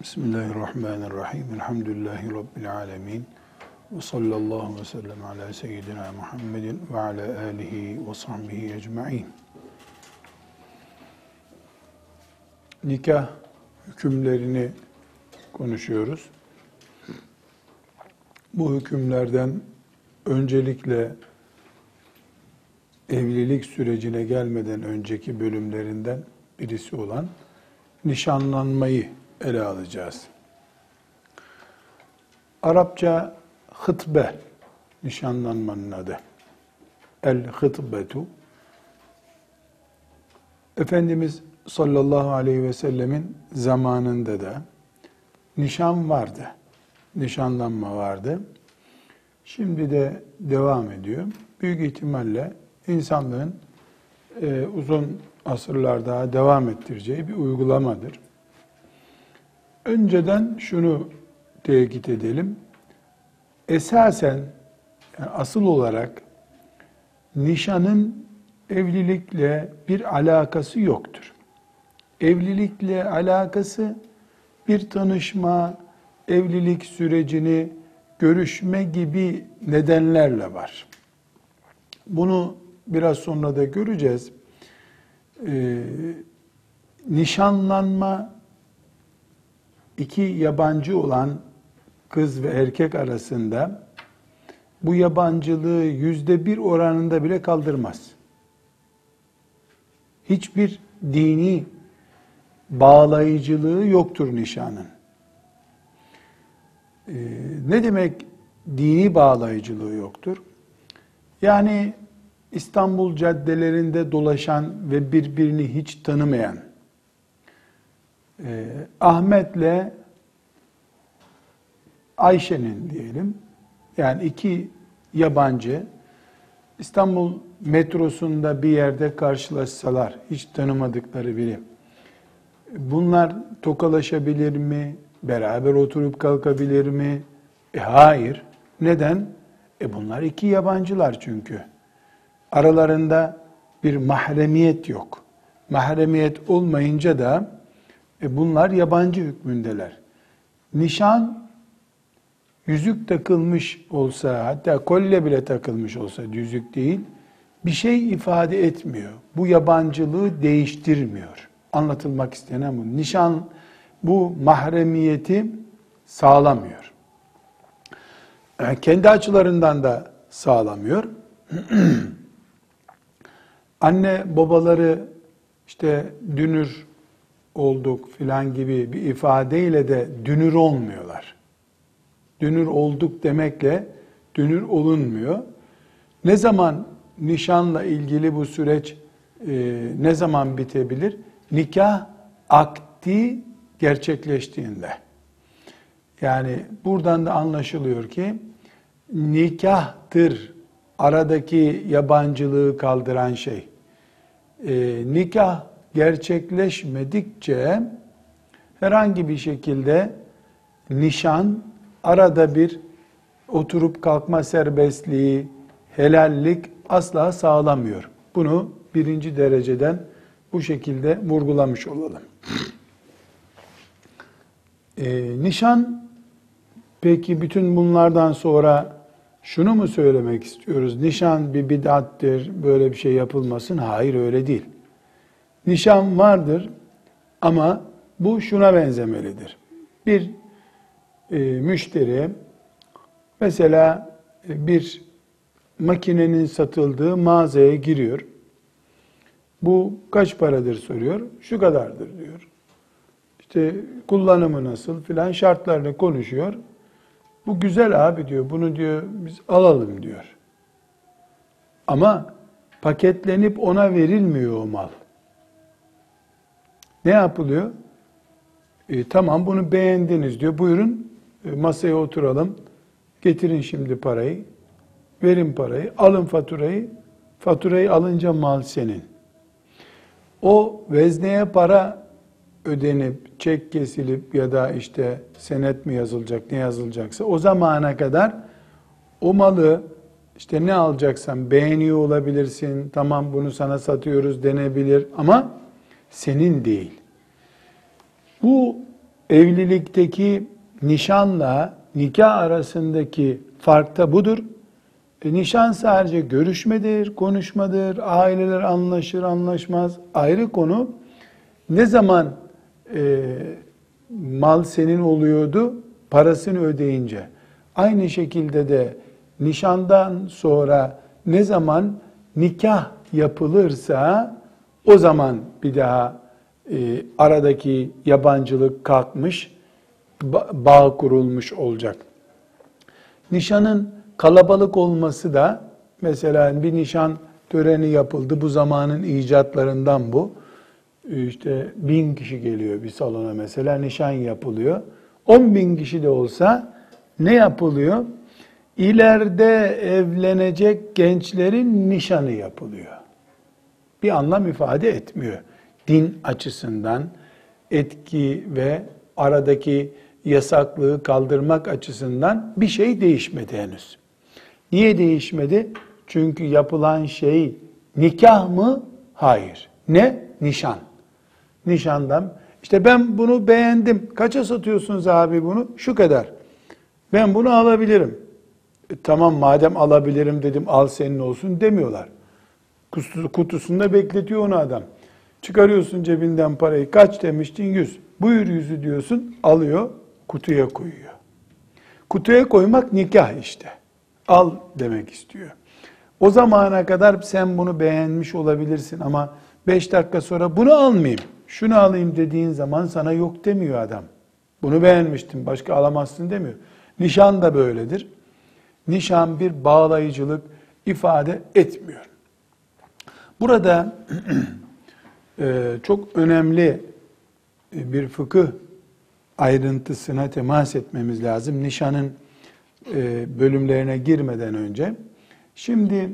Bismillahirrahmanirrahim. Elhamdülillahi Rabbil alemin. Ve sallallahu ve sellem ala seyyidina Muhammedin ve ala alihi ve sahbihi ecma'in. Nikah hükümlerini konuşuyoruz. Bu hükümlerden öncelikle evlilik sürecine gelmeden önceki bölümlerinden birisi olan nişanlanmayı ele alacağız. Arapça hıtbe, nişanlanmanın adı. El-hıtbetu. Efendimiz sallallahu aleyhi ve sellemin zamanında da nişan vardı. Nişanlanma vardı. Şimdi de devam ediyor. Büyük ihtimalle insanlığın uzun asırlarda devam ettireceği bir uygulamadır. Önceden şunu tekit edelim. Esasen, yani asıl olarak nişanın evlilikle bir alakası yoktur. Evlilikle alakası bir tanışma, evlilik sürecini görüşme gibi nedenlerle var. Bunu biraz sonra da göreceğiz. Nişanlanma, iki yabancı olan kız ve erkek arasında bu yabancılığı %1 oranında bile kaldırmaz. Hiçbir dini bağlayıcılığı yoktur nişanın. Ne demek dini bağlayıcılığı yoktur? Yani İstanbul caddelerinde dolaşan ve birbirini hiç tanımayan Ahmet'le Ayşe'nin diyelim, yani iki yabancı İstanbul metrosunda bir yerde karşılaşsalar, hiç tanımadıkları biri, bunlar tokalaşabilir mi? Beraber oturup kalkabilir mi? Hayır. Neden? Bunlar iki yabancılar çünkü. Aralarında bir mahremiyet yok. Mahremiyet olmayınca da bunlar yabancı hükmündeler. Nişan, yüzük takılmış olsa, hatta kolye bile takılmış olsa, yüzük değil, bir şey ifade etmiyor. Bu yabancılığı değiştirmiyor. Anlatılmak istenen bu. Nişan bu mahremiyeti sağlamıyor. Kendi açılarından da sağlamıyor. Anne babaları işte dünür olduk filan gibi bir ifadeyle de dünür olmuyorlar. Dünür olduk demekle dünür olunmuyor. Ne zaman nişanla ilgili bu süreç ne zaman bitebilir? Nikah akdi gerçekleştiğinde. Yani buradan da anlaşılıyor ki nikahtır aradaki yabancılığı kaldıran şey. Nikah gerçekleşmedikçe herhangi bir şekilde nişan arada bir oturup kalkma serbestliği, helallik asla sağlamıyor. Bunu birinci dereceden bu şekilde vurgulamış olalım. Nişan, peki bütün bunlardan sonra şunu mu söylemek istiyoruz? Nişan bir bid'attir, böyle bir şey yapılmasın. Hayır, öyle değil. Nişan vardır ama bu şuna benzemelidir. Bir müşteri mesela bir makinenin satıldığı mağazaya giriyor. Bu kaç paradır soruyor. Şu kadardır diyor. İşte kullanımı nasıl filan şartlarını konuşuyor. Bu güzel abi diyor. Bunu diyor biz alalım diyor. Ama paketlenip ona verilmiyor o mal. Ne yapılıyor? Tamam bunu beğendiniz diyor. Buyurun masaya oturalım. Getirin şimdi parayı. Verin parayı. Alın faturayı. Faturayı alınca mal senin. O vezneye para ödenip, çek kesilip ya da işte senet mi yazılacak, ne yazılacaksa o zamana kadar o malı işte ne alacaksan beğeniyor olabilirsin. Tamam bunu sana satıyoruz denebilir ama senin değil. Bu Evlilikteki nişanla nikah arasındaki fark da budur. Nişan sadece görüşmedir, konuşmadır, aileler anlaşır, anlaşmaz ayrı konu. Ne zaman mal senin oluyordu? Parasını ödeyince. Aynı şekilde de nişandan sonra ne zaman nikah yapılırsa o zaman bir daha aradaki yabancılık kalkmış, bağ kurulmuş olacak. Nişanın kalabalık olması da, mesela bir nişan töreni yapıldı, bu zamanın icatlarından bu. İşte 1000 kişi geliyor bir salona, mesela nişan yapılıyor. 10.000 kişi de olsa ne yapılıyor? İleride evlenecek gençlerin nişanı yapılıyor. Bir anlam ifade etmiyor. Din açısından etki ve aradaki yasaklığı kaldırmak açısından bir şey değişmedi henüz. Niye değişmedi? Çünkü yapılan şey nikah mı? Hayır. Ne? Nişan. Nişandan işte ben bunu beğendim. Kaça satıyorsunuz abi bunu? Şu kadar. Ben bunu alabilirim. Tamam madem alabilirim dedim, al senin olsun demiyorlar. Kutusunda bekletiyor onu adam. Çıkarıyorsun cebinden parayı. Kaç demiştin? 100. Buyur 100'ü diyorsun. Alıyor, kutuya koyuyor. Kutuya koymak nikah işte. Al demek istiyor. O zamana kadar sen bunu beğenmiş olabilirsin ama 5 dakika sonra bunu almayayım, şunu alayım dediğin zaman sana yok demiyor adam. Bunu beğenmiştim, başka alamazsın demiyor. Nişan da böyledir. Nişan bir bağlayıcılık ifade etmiyor. Burada çok önemli bir fıkıh ayrıntısına temas etmemiz lazım. Nişanın bölümlerine girmeden önce. Şimdi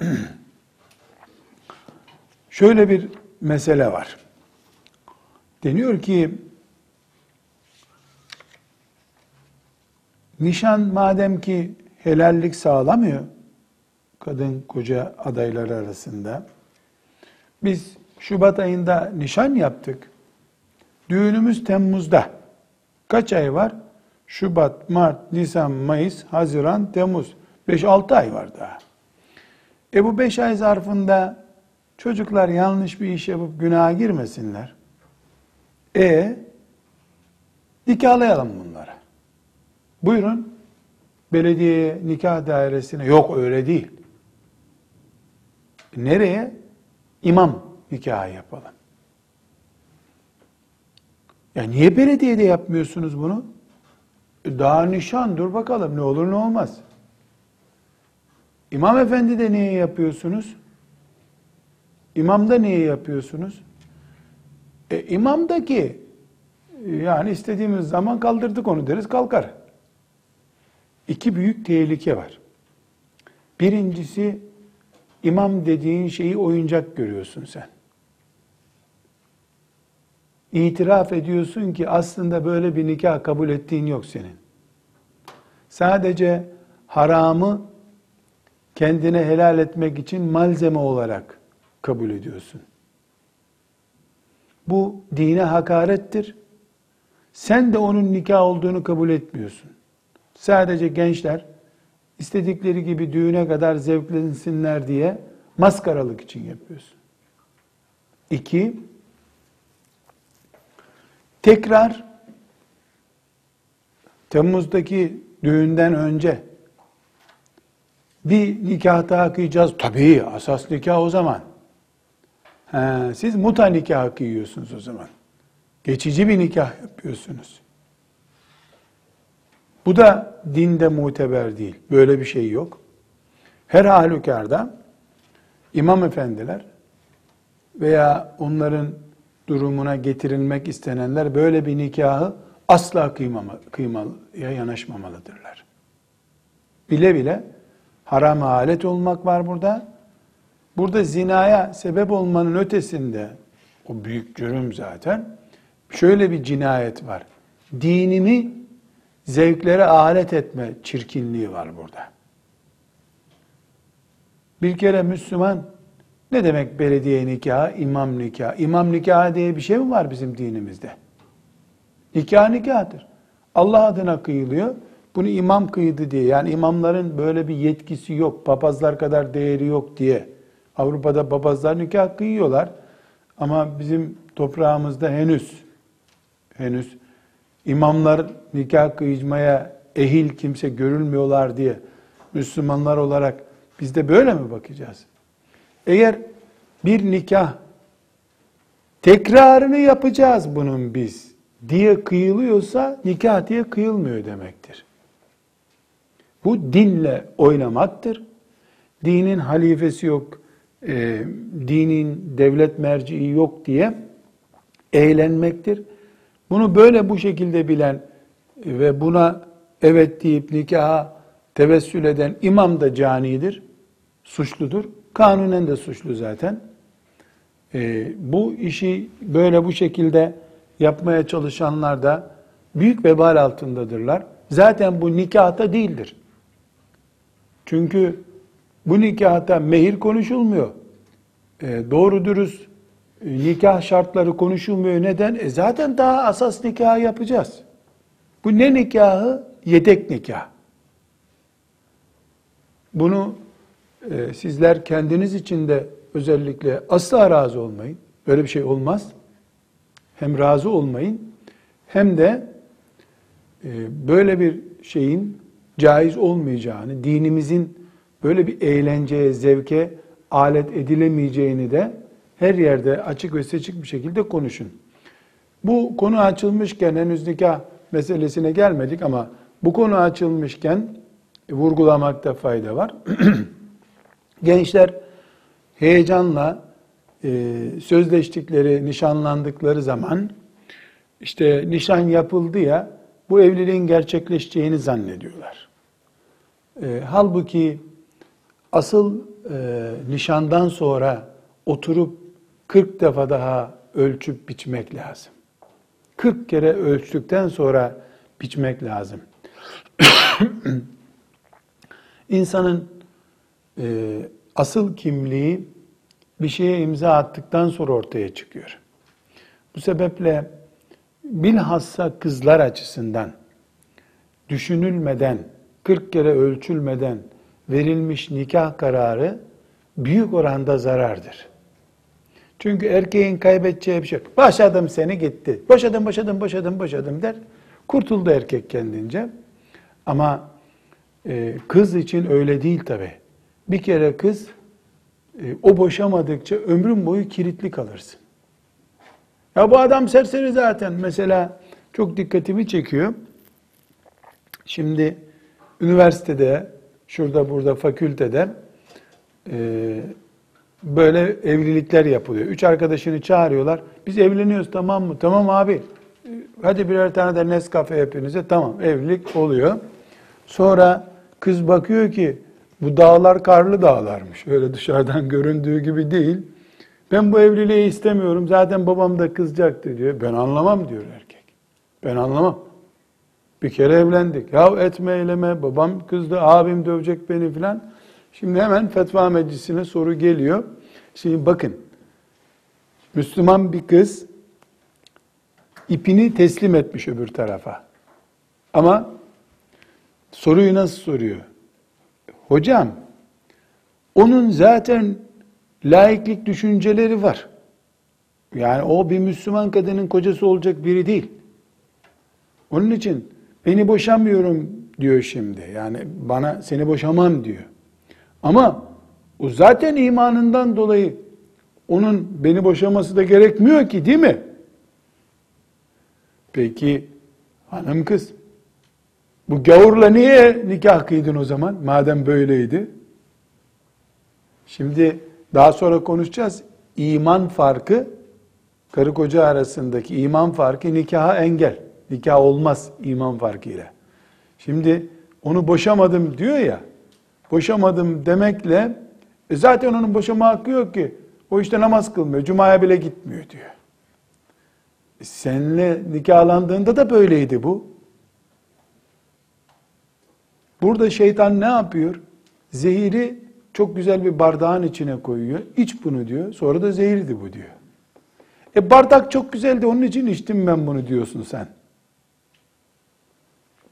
şöyle bir mesele var. Deniyor ki nişan madem ki helallik sağlamıyor kadın koca adayları arasında, biz Şubat ayında nişan yaptık. Düğünümüz Temmuz'da. Kaç ay var? Şubat, Mart, Nisan, Mayıs, Haziran, Temmuz. 5-6 ay var daha. Bu 5 ay zarfında çocuklar yanlış bir iş yapıp günaha girmesinler. Nikahlayalım bunları. Buyurun belediyeye, nikah dairesine. Yok öyle değil. Nereye? İmam nikahı yapalım. Ya niye belediyede yapmıyorsunuz bunu? Daha nişan, dur bakalım ne olur ne olmaz. İmam efendi de niye yapıyorsunuz? İmamda niye yapıyorsunuz? İmamdaki yani istediğimiz zaman kaldırdık onu deriz, kalkar. İki büyük tehlike var. Birincisi, imam dediğin şeyi oyuncak görüyorsun sen. İtiraf ediyorsun ki aslında böyle bir nikah kabul ettiğin yok senin. Sadece haramı kendine helal etmek için malzeme olarak kabul ediyorsun. Bu dine hakarettir. Sen de onun nikah olduğunu kabul etmiyorsun. Sadece gençler istedikleri gibi düğüne kadar zevklensinler diye maskaralık için yapıyorsun. 2, tekrar Temmuz'daki düğünden önce bir nikah daha kıyacağız. Tabii asas nikah o zaman. Siz muta nikahı kıyıyorsunuz o zaman. Geçici bir nikah yapıyorsunuz. Bu da dinde muteber değil. Böyle bir şey yok. Her halükarda imam efendiler veya onların durumuna getirilmek istenenler böyle bir nikahı asla kıymaya yanaşmamalıdırlar. Bile bile harama alet olmak var burada. Burada zinaya sebep olmanın ötesinde, o büyük cürüm zaten, şöyle bir cinayet var. Dinimi zevklere alet etme çirkinliği var burada. Bir kere Müslüman, ne demek belediye nikahı, imam nikahı? İmam nikahı diye bir şey mi var bizim dinimizde? Nikah nikahdır. Allah adına kıyılıyor. Bunu imam kıydı diye, yani imamların böyle bir yetkisi yok, papazlar kadar değeri yok diye. Avrupa'da papazlar nikah kıyıyorlar. Ama bizim toprağımızda henüz imamlar nikah kıymaya ehil kimse görülmüyorlar diye Müslümanlar olarak biz de böyle mi bakacağız? Eğer bir nikah tekrarını yapacağız bunun biz diye kıyılıyorsa nikah diye kıyılmıyor demektir. Bu dinle oynamaktır. Dinin halifesi yok, dinin devlet merciği yok diye eğlenmektir. Bunu böyle bu şekilde bilen ve buna evet deyip nikaha tevessül eden imam da canidir, suçludur. Kanunen de suçlu zaten. Bu işi böyle bu şekilde yapmaya çalışanlar da büyük vebal altındadırlar. Zaten bu nikahta değildir. Çünkü bu nikahta mehir konuşulmuyor. Doğru dürüst nikah şartları konuşulmuyor. Neden? Zaten daha asas nikahı yapacağız. Bu ne nikahı? Yedek nikah. Bunu sizler kendiniz için de özellikle asla razı olmayın. Böyle bir şey olmaz. Hem razı olmayın hem de böyle bir şeyin caiz olmayacağını, dinimizin böyle bir eğlenceye, zevke alet edilemeyeceğini de her yerde açık ve seçik bir şekilde konuşun. Bu konu açılmışken, henüz nikah meselesine gelmedik ama bu konu açılmışken vurgulamakta fayda var. Gençler heyecanla sözleştikleri, nişanlandıkları zaman işte nişan yapıldı ya, bu evliliğin gerçekleşeceğini zannediyorlar. Halbuki asıl nişandan sonra oturup 40 defa daha ölçüp biçmek lazım. 40 kere ölçtükten sonra biçmek lazım. İnsanın asıl kimliği bir şeye imza attıktan sonra ortaya çıkıyor. Bu sebeple bilhassa kızlar açısından düşünülmeden, 40 kere ölçülmeden verilmiş nikah kararı büyük oranda zarardır. Çünkü erkeğin kaybedeceği bir şey yok. Boşadım seni gitti. Boşadım der. Kurtuldu erkek kendince. Ama kız için öyle değil tabii. Bir kere kız o boşamadıkça ömrün boyu kilitli kalırsın. Ya bu adam serseri zaten. Mesela çok dikkatimi çekiyor. Şimdi üniversitede, şurada burada fakültede böyle evlilikler yapılıyor. 3 arkadaşını çağırıyorlar. Biz evleniyoruz, tamam mı? Tamam abi. Hadi birer tane de Nescafe hepinize. Tamam, evlilik oluyor. Sonra kız bakıyor ki bu dağlar karlı dağlarmış. Öyle dışarıdan göründüğü gibi değil. Ben bu evliliği istemiyorum. Zaten babam da kızacaktı diyor. Ben anlamam diyor erkek. Ben anlamam. Bir kere evlendik. Ya etme eyleme, babam kızdı, abim dövecek beni filan. Şimdi hemen fetva meclisine soru geliyor. Şimdi bakın, Müslüman bir kız ipini teslim etmiş öbür tarafa. Ama soruyu nasıl soruyor? Hocam, onun zaten laiklik düşünceleri var. Yani o bir Müslüman kadının kocası olacak biri değil. Onun için beni boşamıyorum diyor şimdi. Yani bana seni boşamam diyor. Ama o zaten imanından dolayı onun beni boşaması da gerekmiyor ki, değil mi? Peki hanım kız, bu gavurla niye nikah kıydın o zaman? Madem böyleydi. Şimdi daha sonra konuşacağız. İman farkı, karı koca arasındaki iman farkı nikaha engel. Nikah olmaz iman farkıyla. Şimdi onu boşamadım diyor ya, boşamadım demekle zaten onun boşama hakkı yok ki. O işte namaz kılmıyor, cumaya bile gitmiyor diyor. Seninle nikahlandığında da böyleydi bu. Burada şeytan ne yapıyor? Zehiri çok güzel bir bardağın içine koyuyor. İç bunu diyor. Sonra da zehirdi bu diyor. Bardak çok güzeldi, onun için içtim ben bunu diyorsun sen.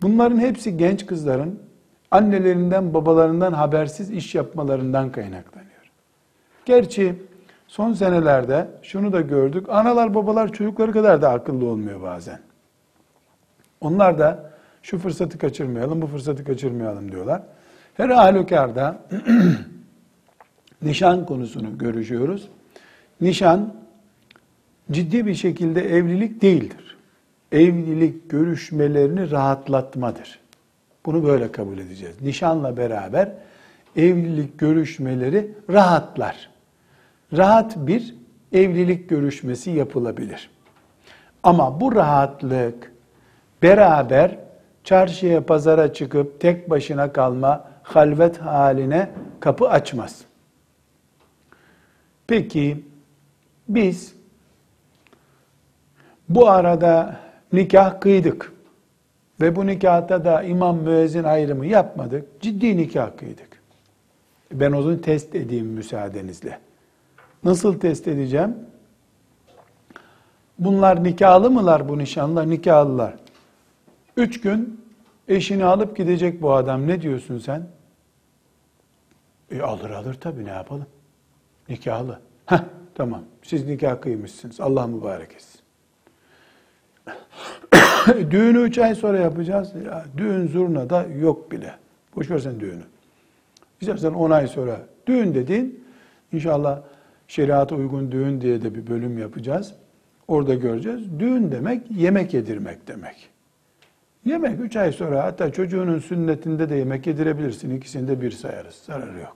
Bunların hepsi genç kızların annelerinden, babalarından habersiz iş yapmalarından kaynaklanıyor. Gerçi son senelerde şunu da gördük. Analar, babalar çocukları kadar da akıllı olmuyor bazen. Onlar da şu fırsatı kaçırmayalım, bu fırsatı kaçırmayalım diyorlar. Her halükarda nişan konusunu görüşüyoruz. Nişan ciddi bir şekilde evlilik değildir. Evlilik görüşmelerini rahatlatmadır. Bunu böyle kabul edeceğiz. Nişanla beraber evlilik görüşmeleri rahatlar. Rahat bir evlilik görüşmesi yapılabilir. Ama bu rahatlık beraber çarşıya, pazara çıkıp tek başına kalma, halvet haline kapı açmaz. Peki biz bu arada nikah kıydık ve bu nikahta da imam müezzin ayrımı yapmadık. Ciddi nikah kıydık. Ben onu test edeyim müsaadenizle. Nasıl test edeceğim? Bunlar nikahlı mılar, bu nişanlılar? Nikahlılar. 3 gün eşini alıp gidecek bu adam. Ne diyorsun sen? Alır tabii, ne yapalım? Nikahlı. Tamam. Siz nikah kıymışsınız. Allah mübarek etsin. Düğünü 3 ay sonra yapacağız. Ya, düğün zurnada yok bile. Boş versen düğünü. İstersen 10 ay sonra. Düğün dediğin, inşallah şeriata uygun düğün diye de bir bölüm yapacağız. Orada göreceğiz. Düğün demek yemek yedirmek demek. Yemek 3 ay sonra, hatta çocuğunun sünnetinde de yemek yedirebilirsin. İkisini de bir sayarız. Zararı yok.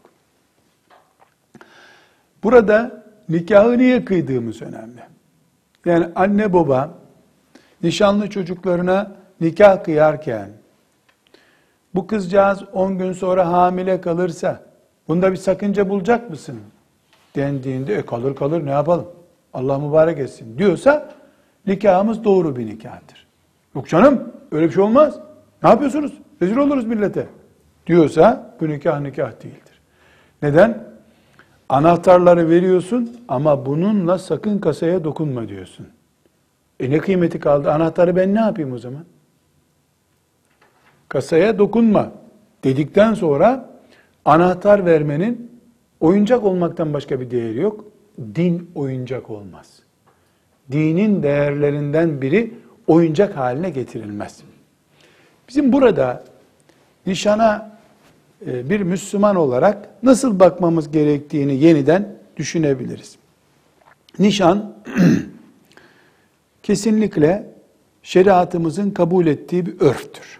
Burada nikahı niye kıydığımız önemli. Yani anne baba nişanlı çocuklarına nikah kıyarken bu kızcağız 10 gün sonra hamile kalırsa bunda bir sakınca bulacak mısın dendiğinde kalır ne yapalım? Allah mübarek etsin diyorsa nikahımız doğru bir nikahtır. Yok canım, öyle bir şey olmaz. Ne yapıyorsunuz? Rezil oluruz millete diyorsa bu nikah değildir. Neden? Anahtarları veriyorsun ama bununla sakın kasaya dokunma diyorsun. Ne kıymeti kaldı? Anahtarı ben ne yapayım o zaman? Kasaya dokunma dedikten sonra anahtar vermenin oyuncak olmaktan başka bir değeri yok. Din oyuncak olmaz. Dinin değerlerinden biri oyuncak haline getirilmez. Bizim burada nişana bir Müslüman olarak nasıl bakmamız gerektiğini yeniden düşünebiliriz. Nişan kesinlikle şeriatımızın kabul ettiği bir örftür.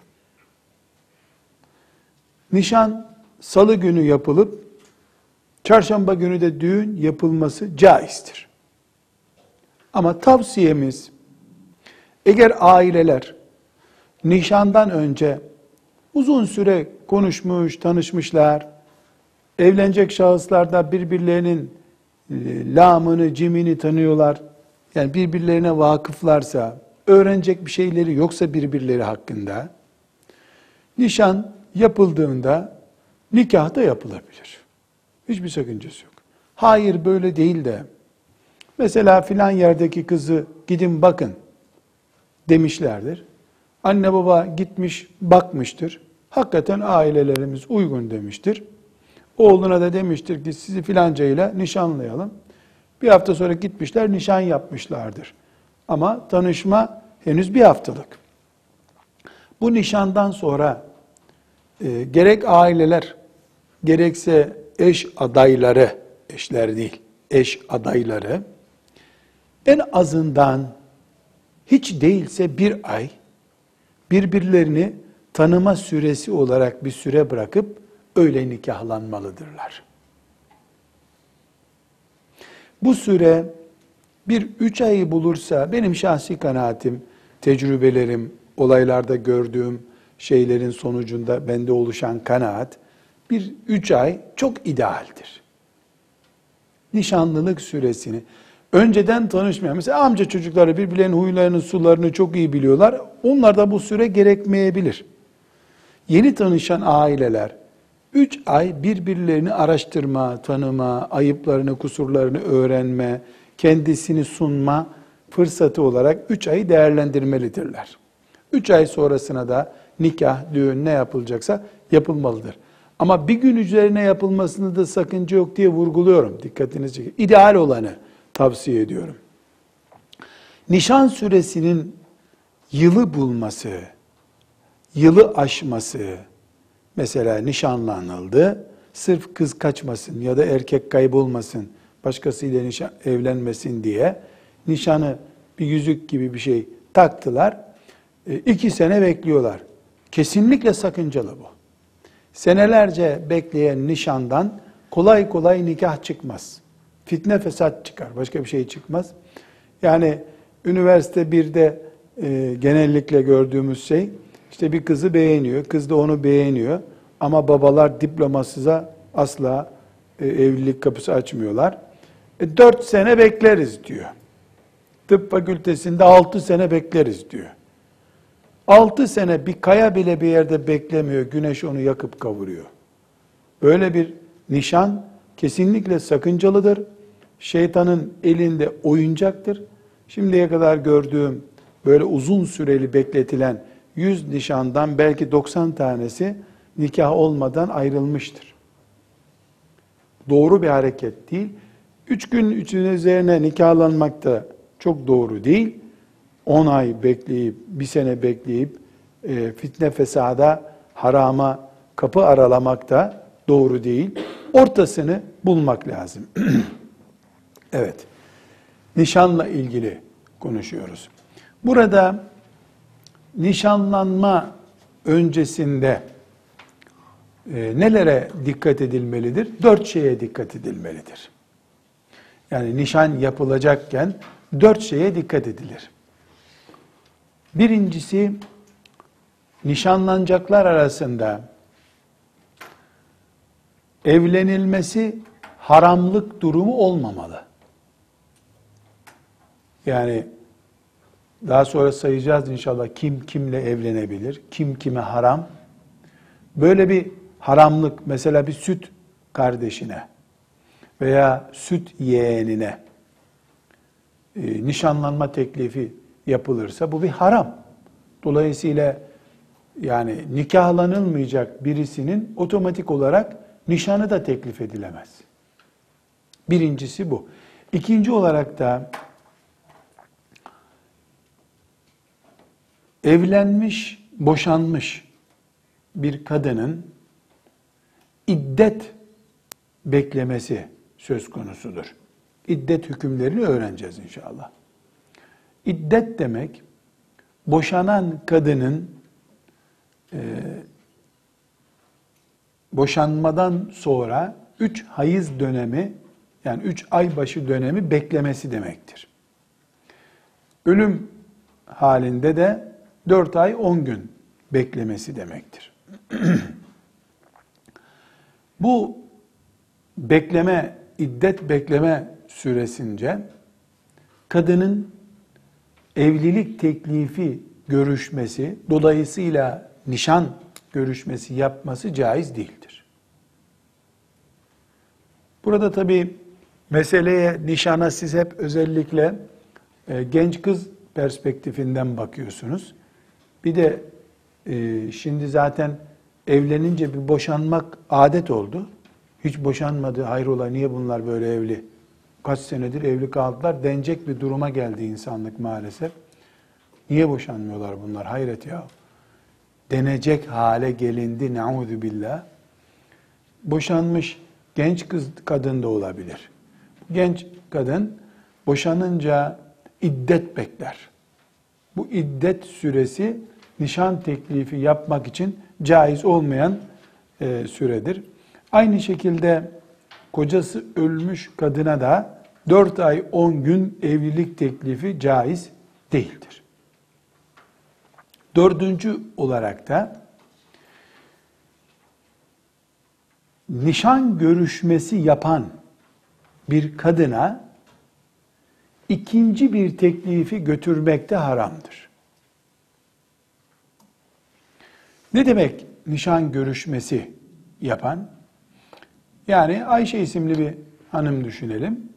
Nişan salı günü yapılıp çarşamba günü de düğün yapılması caizdir. Ama tavsiyemiz, eğer aileler nişandan önce uzun süre konuşmuş, tanışmışlar, evlenecek şahıslar da birbirlerinin lamını, cimini tanıyorlar, yani birbirlerine vakıflarsa, öğrenecek bir şeyleri yoksa birbirleri hakkında, nişan yapıldığında nikah da yapılabilir. Hiçbir sakıncası yok. Hayır böyle değil de, mesela filan yerdeki kızı gidin bakın demişlerdir. Anne baba gitmiş bakmıştır. Hakikaten ailelerimiz uygun demiştir. Oğluna da demiştir ki sizi filancayla nişanlayalım. Bir hafta sonra gitmişler nişan yapmışlardır. Ama tanışma henüz bir haftalık. Bu nişandan sonra gerek aileler gerekse eş adayları, eşler değil, eş adayları en azından hiç değilse bir ay birbirlerini tanıma süresi olarak bir süre bırakıp öyle nikahlanmalıdırlar. Bu süre bir 3 ayı bulursa, benim şahsi kanaatim, tecrübelerim, olaylarda gördüğüm şeylerin sonucunda bende oluşan kanaat, bir 3 ay çok idealdir. Nişanlılık süresini, önceden tanışmayan, mesela amca çocukları birbirlerinin huylarını, sularını çok iyi biliyorlar, onlarda bu süre gerekmeyebilir. Yeni tanışan aileler, 3 ay birbirlerini araştırma, tanıma, ayıplarını, kusurlarını öğrenme, kendisini sunma fırsatı olarak 3 ayı değerlendirmelidirler. 3 ay sonrasına da nikah, düğün ne yapılacaksa yapılmalıdır. Ama bir gün üzerine yapılmasında da sakınca yok diye vurguluyorum. Dikkatinizi çekin. İdeal olanı tavsiye ediyorum. Nişan süresinin yılı bulması, yılı aşması, mesela nişanlanıldı, sırf kız kaçmasın ya da erkek kaybolmasın, başkasıyla evlenmesin diye nişanı bir yüzük gibi bir şey taktılar. 2 sene bekliyorlar. Kesinlikle sakıncalı bu. Senelerce bekleyen nişandan kolay kolay nikah çıkmaz. Fitne fesat çıkar, başka bir şey çıkmaz. Yani üniversite 1'de genellikle gördüğümüz şey, işte bir kızı beğeniyor, kız da onu beğeniyor. Ama babalar diplomasıza asla evlilik kapısı açmıyorlar. 4 sene bekleriz diyor. Tıp fakültesinde 6 sene bekleriz diyor. 6 sene bir kaya bile bir yerde beklemiyor, güneş onu yakıp kavuruyor. Böyle bir nişan kesinlikle sakıncalıdır. Şeytanın elinde oyuncaktır. Şimdiye kadar gördüğüm böyle uzun süreli bekletilen 100 nişandan belki 90 tanesi nikah olmadan ayrılmıştır. Doğru bir hareket değil. 3 gün üzerine nikahlanmak da çok doğru değil. 10 ay bekleyip, 1 sene bekleyip fitne fesada, harama kapı aralamak da doğru değil. Ortasını bulmak lazım. Evet, nişanla ilgili konuşuyoruz. Burada nişanlanma öncesinde nelere dikkat edilmelidir? 4 şeye dikkat edilmelidir. Yani nişan yapılacakken 4 şeye dikkat edilir. Birincisi, nişanlanacaklar arasında evlenilmesi haramlık durumu olmamalı. Yani daha sonra sayacağız inşallah kim kimle evlenebilir, kim kime haram. Böyle bir haramlık, mesela bir süt kardeşine veya süt yeğenine nişanlanma teklifi yapılırsa bu bir haram. Dolayısıyla yani nikahlanılmayacak birisinin otomatik olarak nişanı da teklif edilemez. Birincisi bu. İkinci olarak da evlenmiş, boşanmış bir kadının iddet beklemesi söz konusudur. İddet hükümlerini öğreneceğiz inşallah. İddet demek, boşanan kadının boşanmadan sonra 3 hayız dönemi, yani 3 aybaşı dönemi beklemesi demektir. Ölüm halinde de 4 ay 10 gün beklemesi demektir. Bu bekleme, iddet bekleme süresince kadının evlilik teklifi görüşmesi, dolayısıyla nişan görüşmesi yapması caiz değildir. Burada tabii meseleye, nişana siz hep özellikle genç kız perspektifinden bakıyorsunuz. Bir de şimdi zaten evlenince bir boşanmak adet oldu. Hiç boşanmadı, hayrola niye bunlar böyle evli? Kaç senedir evli kaldılar denecek bir duruma geldi insanlık maalesef. Niye boşanmıyorlar bunlar? Hayret ya. Denecek hale gelindi, ne'ûzü billah. Boşanmış genç kız, kadın da olabilir. Genç kadın boşanınca iddet bekler. Bu iddet süresi nişan teklifi yapmak için caiz olmayan süredir. Aynı şekilde kocası ölmüş kadına da 4 ay 10 gün evlilik teklifi caiz değildir. Dördüncü olarak da nişan görüşmesi yapan bir kadına ikinci bir teklifi götürmek de haramdır. Ne demek nişan görüşmesi yapan? Yani Ayşe isimli bir hanım düşünelim.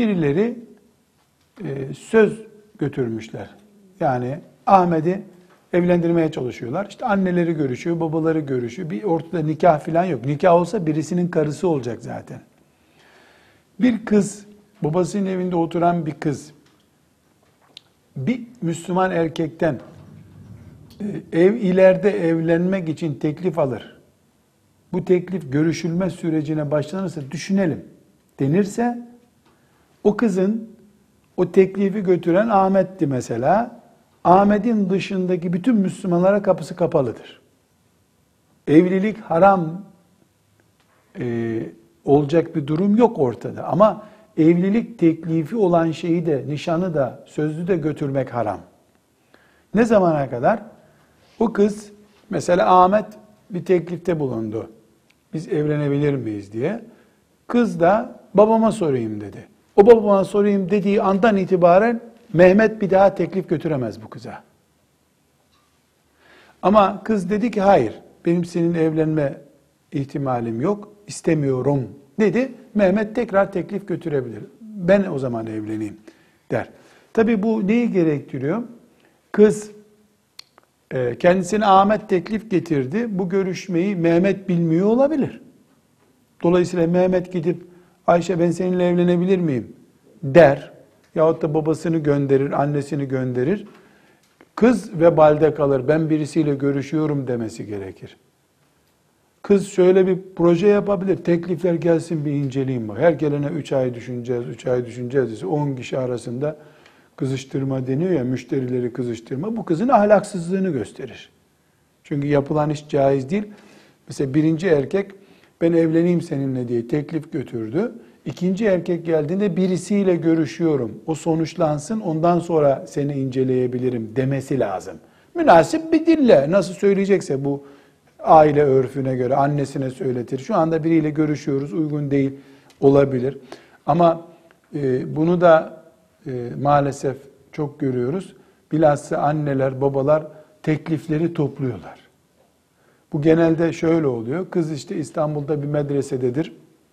Birileri söz götürmüşler. Yani Ahmet'i evlendirmeye çalışıyorlar. İşte anneleri görüşüyor, babaları görüşüyor. Bir ortada nikah falan yok. Nikah olsa birisinin karısı olacak zaten. Bir kız, babasının evinde oturan bir kız, bir Müslüman erkekten ileride evlenmek için teklif alır. Bu teklif görüşülme sürecine başlanırsa düşünelim denirse, o kızın o teklifi götüren Ahmet'ti mesela. Ahmet'in dışındaki bütün Müslümanlara kapısı kapalıdır. Evlilik haram olacak bir durum yok ortada. Ama evlilik teklifi olan şeyi de, nişanı da, sözlü de götürmek haram. Ne zamana kadar? O kız, mesela Ahmet bir teklifte bulundu. Biz evlenebilir miyiz diye. Kız da babama sorayım dedi. O babama sorayım dediği andan itibaren Mehmet bir daha teklif götüremez bu kıza. Ama kız dedi ki hayır, benim senin evlenme ihtimalim yok, istemiyorum dedi. Mehmet tekrar teklif götürebilir. Ben o zaman evleneyim der. Tabii bu neyi gerektiriyor? Kız kendisine Ahmet teklif getirdi. Bu görüşmeyi Mehmet bilmiyor olabilir. Dolayısıyla Mehmet gidip Ayşe ben seninle evlenebilir miyim der. Yahut da babasını gönderir, annesini gönderir. Kız vebalde kalır. Ben birisiyle görüşüyorum demesi gerekir. Kız şöyle bir proje yapabilir. Teklifler gelsin bir inceleyeyim bak. Her gelene 3 ay düşüneceğiz, 3 ay düşüneceğiz. 10 kişi arasında kızıştırma deniyor ya, müşterileri kızıştırma. Bu kızın ahlaksızlığını gösterir. Çünkü yapılan iş caiz değil. Mesela birinci erkek ben evleneyim seninle diye teklif götürdü. İkinci erkek geldiğinde birisiyle görüşüyorum. O sonuçlansın ondan sonra seni inceleyebilirim demesi lazım. Münasip bir dille nasıl söyleyecekse bu aile örfüne göre annesine söyletir. Şu anda biriyle görüşüyoruz, uygun değil olabilir. Ama bunu da maalesef çok görüyoruz. Bilhassa anneler, babalar teklifleri topluyorlar. Bu genelde şöyle oluyor. Kız işte İstanbul'da bir medresededir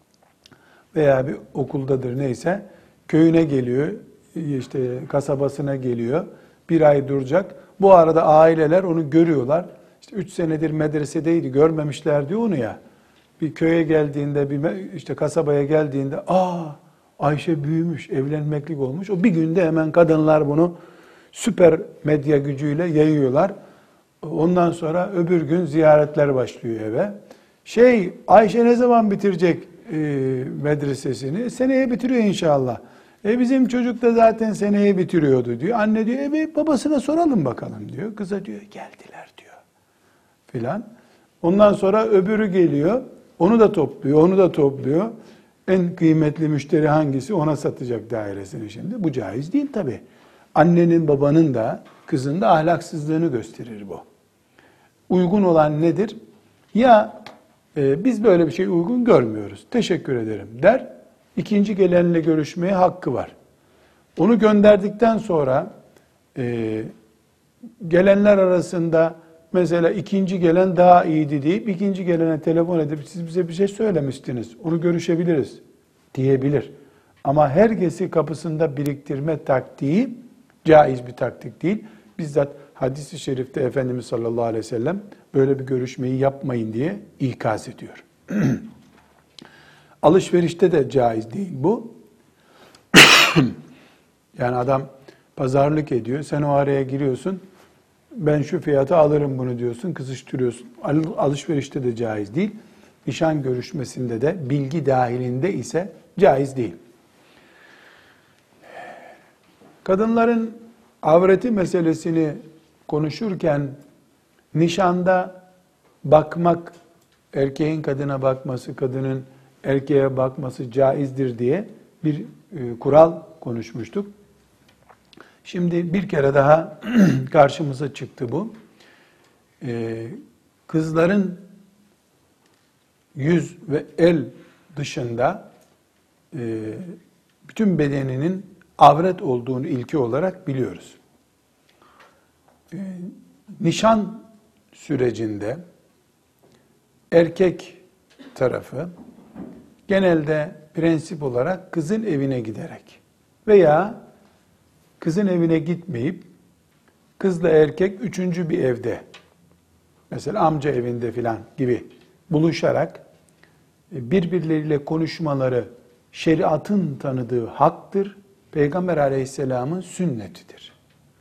veya bir okuldadır neyse. Köyüne geliyor, işte kasabasına geliyor. Bir ay duracak. Bu arada aileler onu görüyorlar. İşte 3 senedir medresedeydi, görmemişler diyor onu ya. Bir köye geldiğinde, bir işte kasabaya geldiğinde, Ayşe büyümüş, evlenmeklik olmuş. O bir günde hemen kadınlar bunu süper medya gücüyle yayıyorlar. Ondan sonra öbür gün ziyaretler başlıyor eve. Ayşe ne zaman bitirecek medresesini? Seneye bitiriyor inşallah. Bizim çocuk da zaten seneye bitiriyordu diyor. Anne diyor, bir babasına soralım bakalım diyor. Kıza diyor, geldiler diyor. Filan. Ondan sonra öbürü geliyor. Onu da topluyor, onu da topluyor. En kıymetli müşteri hangisi? Ona satacak dairesini şimdi. Bu caiz değil tabii. Annenin, babanın da, kızın da ahlaksızlığını gösterir bu. Uygun olan nedir? Ya biz böyle bir şey uygun görmüyoruz. Teşekkür ederim der. İkinci gelenle görüşmeye hakkı var. Onu gönderdikten sonra gelenler arasında mesela ikinci gelen daha iyiydi deyip ikinci gelene telefon edip siz bize bir şey söylemiştiniz. Onu görüşebiliriz diyebilir. Ama herkesi kapısında biriktirme taktiği caiz bir taktik değil. Bizzat hadis-i şerifte Efendimiz sallallahu aleyhi ve sellem böyle bir görüşmeyi yapmayın diye ikaz ediyor. Alışverişte de caiz değil bu. Yani adam pazarlık ediyor, sen o araya giriyorsun, ben şu fiyata alırım bunu diyorsun, kızıştırıyorsun. Alışverişte de caiz değil. Nişan görüşmesinde de bilgi dahilinde ise caiz değil. Kadınların avreti meselesini konuşurken nişanda bakmak, erkeğin kadına bakması, kadının erkeğe bakması caizdir diye bir kural konuşmuştuk. Şimdi bir kere daha karşımıza çıktı bu. Kızların yüz ve el dışında bütün bedeninin avret olduğunu ilki olarak biliyoruz. Nişan sürecinde erkek tarafı genelde prensip olarak kızın evine giderek veya kızın evine gitmeyip kızla erkek üçüncü bir evde, mesela amca evinde filan gibi buluşarak birbirleriyle konuşmaları şeriatın tanıdığı haktır. Peygamber aleyhisselamın sünnetidir.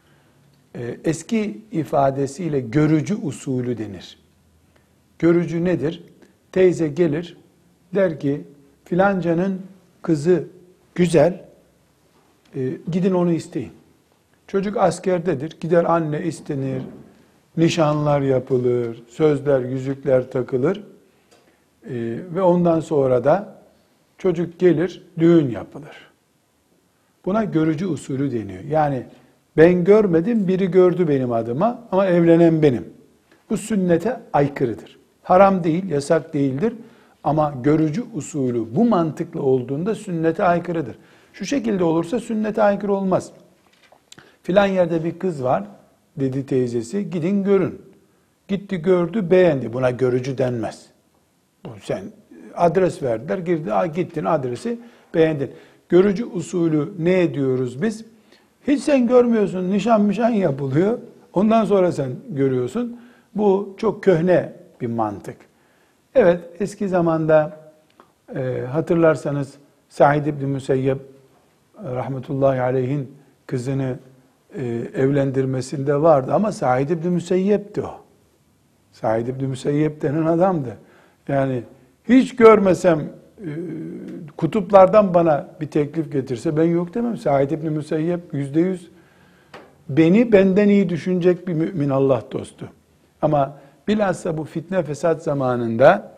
Eski ifadesiyle görücü usulü denir. Görücü nedir? Teyze gelir, der ki filancanın kızı güzel, gidin onu isteyin. Çocuk askerdedir, gider anne istenir, nişanlar yapılır, sözler, yüzükler takılır ve ondan sonra da çocuk gelir, düğün yapılır. Buna görücü usulü deniyor. Yani ben görmedim, biri gördü benim adıma ama evlenen benim. Bu sünnete aykırıdır. Haram değil, yasak değildir ama görücü usulü bu mantıklı olduğunda sünnete aykırıdır. Şu şekilde olursa sünnete aykırı olmaz. Filan yerde bir kız var, dedi teyzesi, gidin görün. Gitti gördü, beğendi. Buna görücü denmez. Sen adres verdiler, gittin adresi beğendin. Görücü usulü ne ediyoruz biz? Hiç sen görmüyorsun, nişan yapılıyor. Ondan sonra sen görüyorsun. Bu çok köhne bir mantık. Evet, eski zamanda hatırlarsanız Said İbni Müseyyep rahmetullahi aleyhin kızını evlendirmesinde vardı ama Said İbni Müseyyep'ti o. Said İbni Müseyyep denen adamdı. Yani hiç görmesem kutuplardan bana bir teklif getirse ben yok demem. Said İbni Müseyyep %100 benden iyi düşünecek bir mümin Allah dostu. Ama bilhassa bu fitne fesat zamanında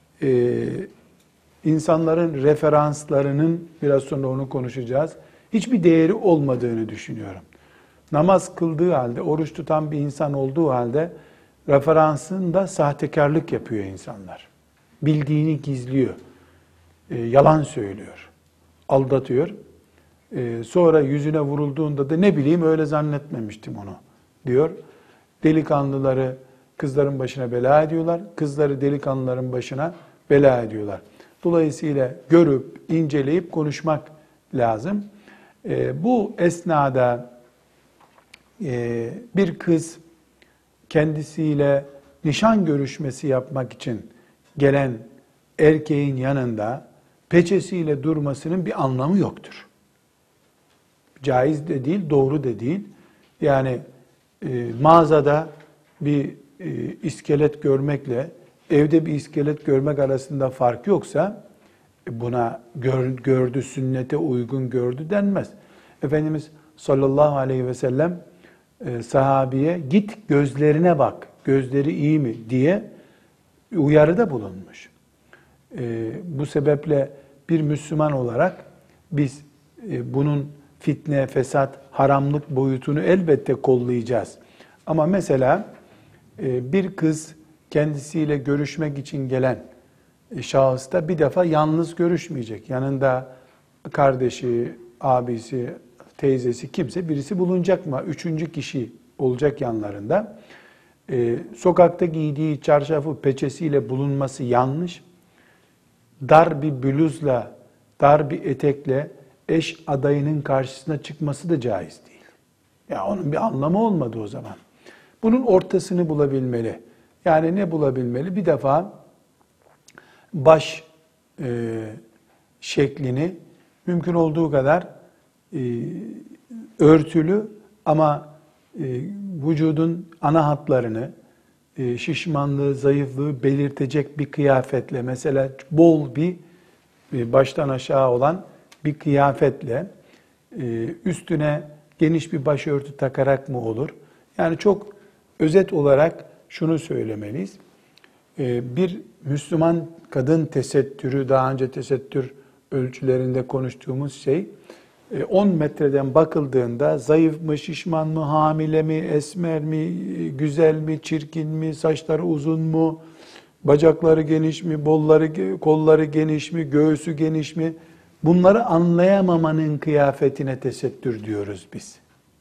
insanların referanslarının, biraz sonra onu konuşacağız, hiçbir değeri olmadığını düşünüyorum. Namaz kıldığı halde, oruç tutan bir insan olduğu halde referansında sahtekarlık yapıyor insanlar. Bildiğini gizliyor, yalan söylüyor, aldatıyor. Sonra yüzüne vurulduğunda da ne bileyim öyle zannetmemiştim onu diyor. Delikanlıları kızların başına bela ediyorlar, kızları delikanlıların başına bela ediyorlar. Dolayısıyla görüp, inceleyip konuşmak lazım. Bu esnada bir kız kendisiyle nişan görüşmesi yapmak için gelen erkeğin yanında peçesiyle durmasının bir anlamı yoktur. Caiz de değil, doğru da değil. Yani mağazada bir iskelet görmekle evde bir iskelet görmek arasında fark yoksa buna gördü, sünnete uygun gördü denmez. Efendimiz sallallahu aleyhi ve sellem sahabiye git gözlerine bak, gözleri iyi mi diye uyarıda bulunmuş. Bu sebeple bir Müslüman olarak biz bunun fitne, fesat, haramlık boyutunu elbette kollayacağız. Ama mesela bir kız kendisiyle görüşmek için gelen şahısta bir defa yalnız görüşmeyecek. Yanında kardeşi, abisi, teyzesi, kimse birisi bulunacak mı? Üçüncü kişi olacak yanlarında. Sokakta giydiği çarşafı peçesiyle bulunması yanlış. Dar bir bluzla, dar bir etekle eş adayının karşısına çıkması da caiz değil. Ya onun bir anlamı olmadı o zaman. Bunun ortasını bulabilmeli. Yani ne bulabilmeli? Bir defa baş şeklini mümkün olduğu kadar örtülü ama vücudun ana hatlarını, şişmanlığı, zayıflığı belirtecek bir kıyafetle, mesela bol bir baştan aşağı olan bir kıyafetle üstüne geniş bir başörtü takarak mı olur? Yani çok özet olarak şunu söylemeliyiz. Bir Müslüman kadın tesettürü, daha önce tesettür ölçülerinde konuştuğumuz şey, 10 metreden bakıldığında zayıf mı, şişman mı, hamile mi, esmer mi, güzel mi, çirkin mi, saçları uzun mu, bacakları geniş mi, kolları geniş mi, göğsü geniş mi? Bunları anlayamamanın kıyafetine tesettür diyoruz biz.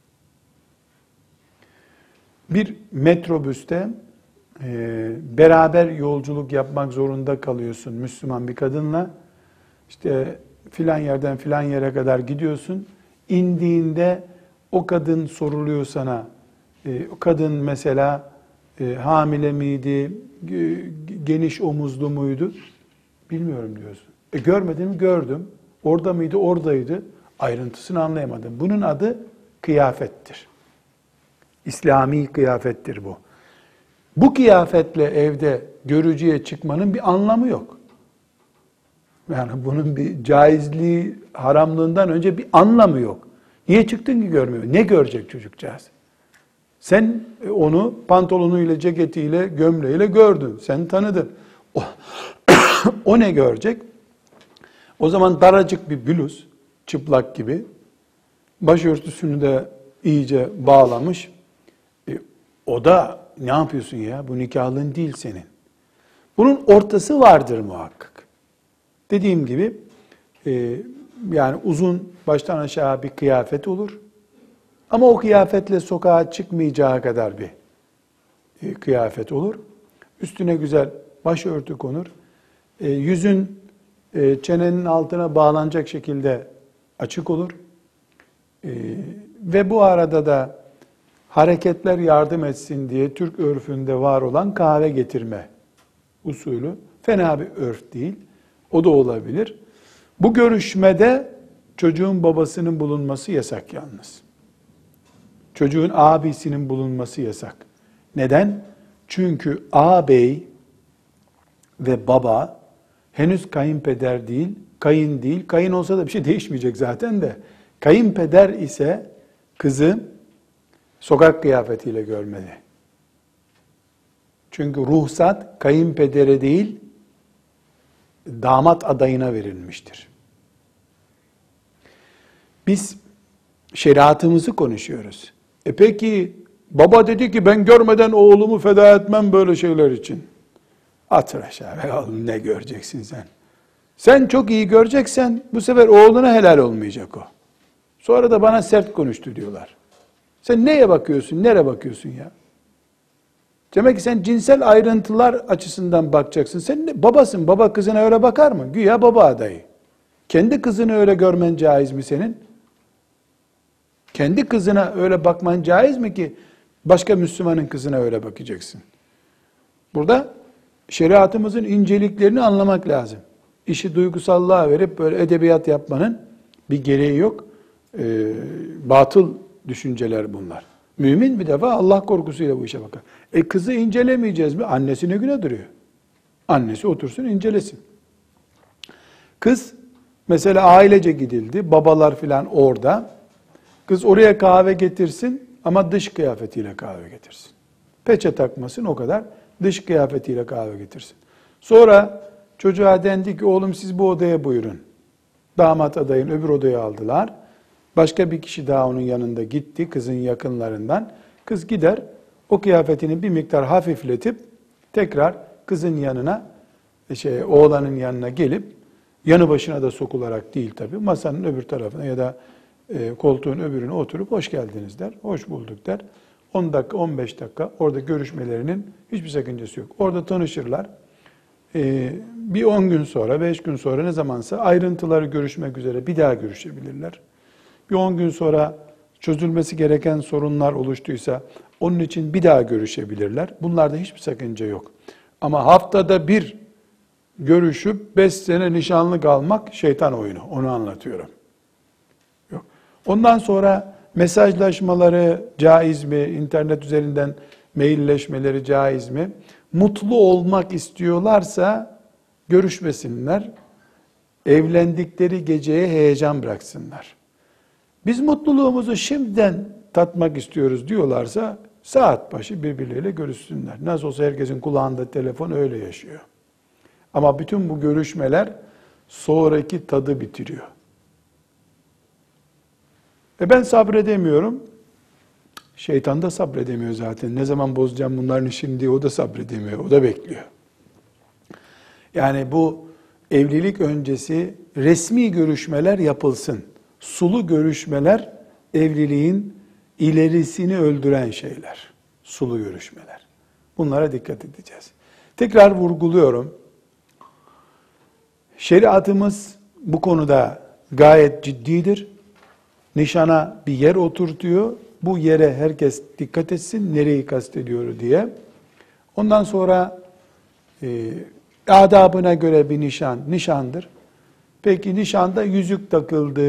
Bir metrobüste beraber yolculuk yapmak zorunda kalıyorsun Müslüman bir kadınla. İşte filan yerden filan yere kadar gidiyorsun. İndiğinde o kadın soruluyor sana, Kadın mesela hamile miydi, geniş omuzlu muydu? Bilmiyorum diyorsun. Görmedin mi? Gördüm. Orada mıydı? Oradaydı. Ayrıntısını anlayamadım. Bunun adı kıyafettir. İslami kıyafettir bu. Bu kıyafetle evde görücüye çıkmanın bir anlamı yok. Yani bunun bir caizliği, haramlığından önce bir anlamı yok. Niye çıktın ki görmüyor? Ne görecek çocukcağız? Sen onu pantolonuyla, ceketiyle, gömleğiyle gördün. Sen tanıdın. O ne görecek? O zaman daracık bir bluz, çıplak gibi. Başörtüsünü de iyice bağlamış. O da ne yapıyorsun ya? Bu nikahlın değil senin. Bunun ortası vardır muhakkak. Dediğim gibi yani uzun baştan aşağı bir kıyafet olur. Ama o kıyafetle sokağa çıkmayacağı kadar bir kıyafet olur. Üstüne güzel başörtü konur. Yüzün çenenin altına bağlanacak şekilde açık olur. Ve bu arada da hareketler yardım etsin diye Türk örfünde var olan kahve getirme usulü fena bir örf değil. O da olabilir. Bu görüşmede çocuğun babasının bulunması yasak yalnız. Çocuğun abisinin bulunması yasak. Neden? Çünkü ağabey ve baba henüz kayınpeder değil, kayın değil. Kayın olsa da bir şey değişmeyecek zaten de. Kayınpeder ise kızı sokak kıyafetiyle görmeli. Çünkü ruhsat kayınpedere değil, damat adayına verilmiştir. Biz şeriatımızı konuşuyoruz. Peki baba dedi ki ben görmeden oğlumu feda etmem böyle şeyler için. Atır aşağı be oğlum, ne göreceksin sen? Sen çok iyi göreceksen bu sefer oğluna helal olmayacak o. Sonra da bana sert konuştu diyorlar. Sen neye bakıyorsun, nereye bakıyorsun ya? Demek ki sen cinsel ayrıntılar açısından bakacaksın. Sen babasın, baba kızına öyle bakar mı? Güya baba adayı. Kendi kızını öyle görmen caiz mi senin? Kendi kızına öyle bakman caiz mi ki başka Müslümanın kızına öyle bakacaksın? Burada şeriatımızın inceliklerini anlamak lazım. İşi duygusallığa verip böyle edebiyat yapmanın bir gereği yok. Batıl düşünceler bunlar. Mümin bir defa Allah korkusuyla bu işe bakar. Kızı incelemeyeceğiz mi? Annesine güne duruyor. Annesi otursun incelesin. Kız mesela ailece gidildi. Babalar filan orada. Kız oraya kahve getirsin ama dış kıyafetiyle kahve getirsin. Peçe takmasın o kadar. Dış kıyafetiyle kahve getirsin. Sonra çocuğa dendi ki oğlum siz bu odaya buyurun. Damat adayın öbür odaya aldılar. Başka bir kişi daha onun yanında gitti kızın yakınlarından. Kız gider o kıyafetini bir miktar hafifletip tekrar kızın yanına oğlanın yanına gelip yanı başına da sokularak değil tabii masanın öbür tarafına ya da koltuğun öbürüne oturup hoş geldiniz der. Hoş bulduk der. 10 dakika 15 dakika orada görüşmelerinin hiçbir sakıncası yok. Orada tanışırlar. Bir 10 gün sonra 5 gün sonra ne zamansa ayrıntıları görüşmek üzere bir daha görüşebilirler. Bir 10 gün sonra çözülmesi gereken sorunlar oluştuysa onun için bir daha görüşebilirler. Bunlarda hiçbir sakınca yok. Ama haftada bir görüşüp 5 sene nişanlı kalmak şeytan oyunu. Onu anlatıyorum. Yok. Ondan sonra mesajlaşmaları caiz mi? İnternet üzerinden mailleşmeleri caiz mi? Mutlu olmak istiyorlarsa görüşmesinler. Evlendikleri geceye heyecan bıraksınlar. Biz mutluluğumuzu şimdiden tatmak istiyoruz diyorlarsa saat başı birbirleriyle görüşsünler. Nasıl olsa herkesin kulağında telefon öyle yaşıyor. Ama bütün bu görüşmeler sonraki tadı bitiriyor. Ben sabredemiyorum. Şeytan da sabredemiyor zaten. Ne zaman bozacağım bunların işini diye o da sabredemiyor. O da bekliyor. Yani bu evlilik öncesi resmi görüşmeler yapılsın. Sulu görüşmeler evliliğin ilerisini öldüren şeyler. Sulu görüşmeler. Bunlara dikkat edeceğiz. Tekrar vurguluyorum. Şeriatımız bu konuda gayet ciddidir. Nişana bir yer oturtuyor. bu yere herkes dikkat etsin, nereyi kastediyor diye. Ondan sonra adabına göre bir nişan, nişandır. Peki nişanda yüzük takıldı.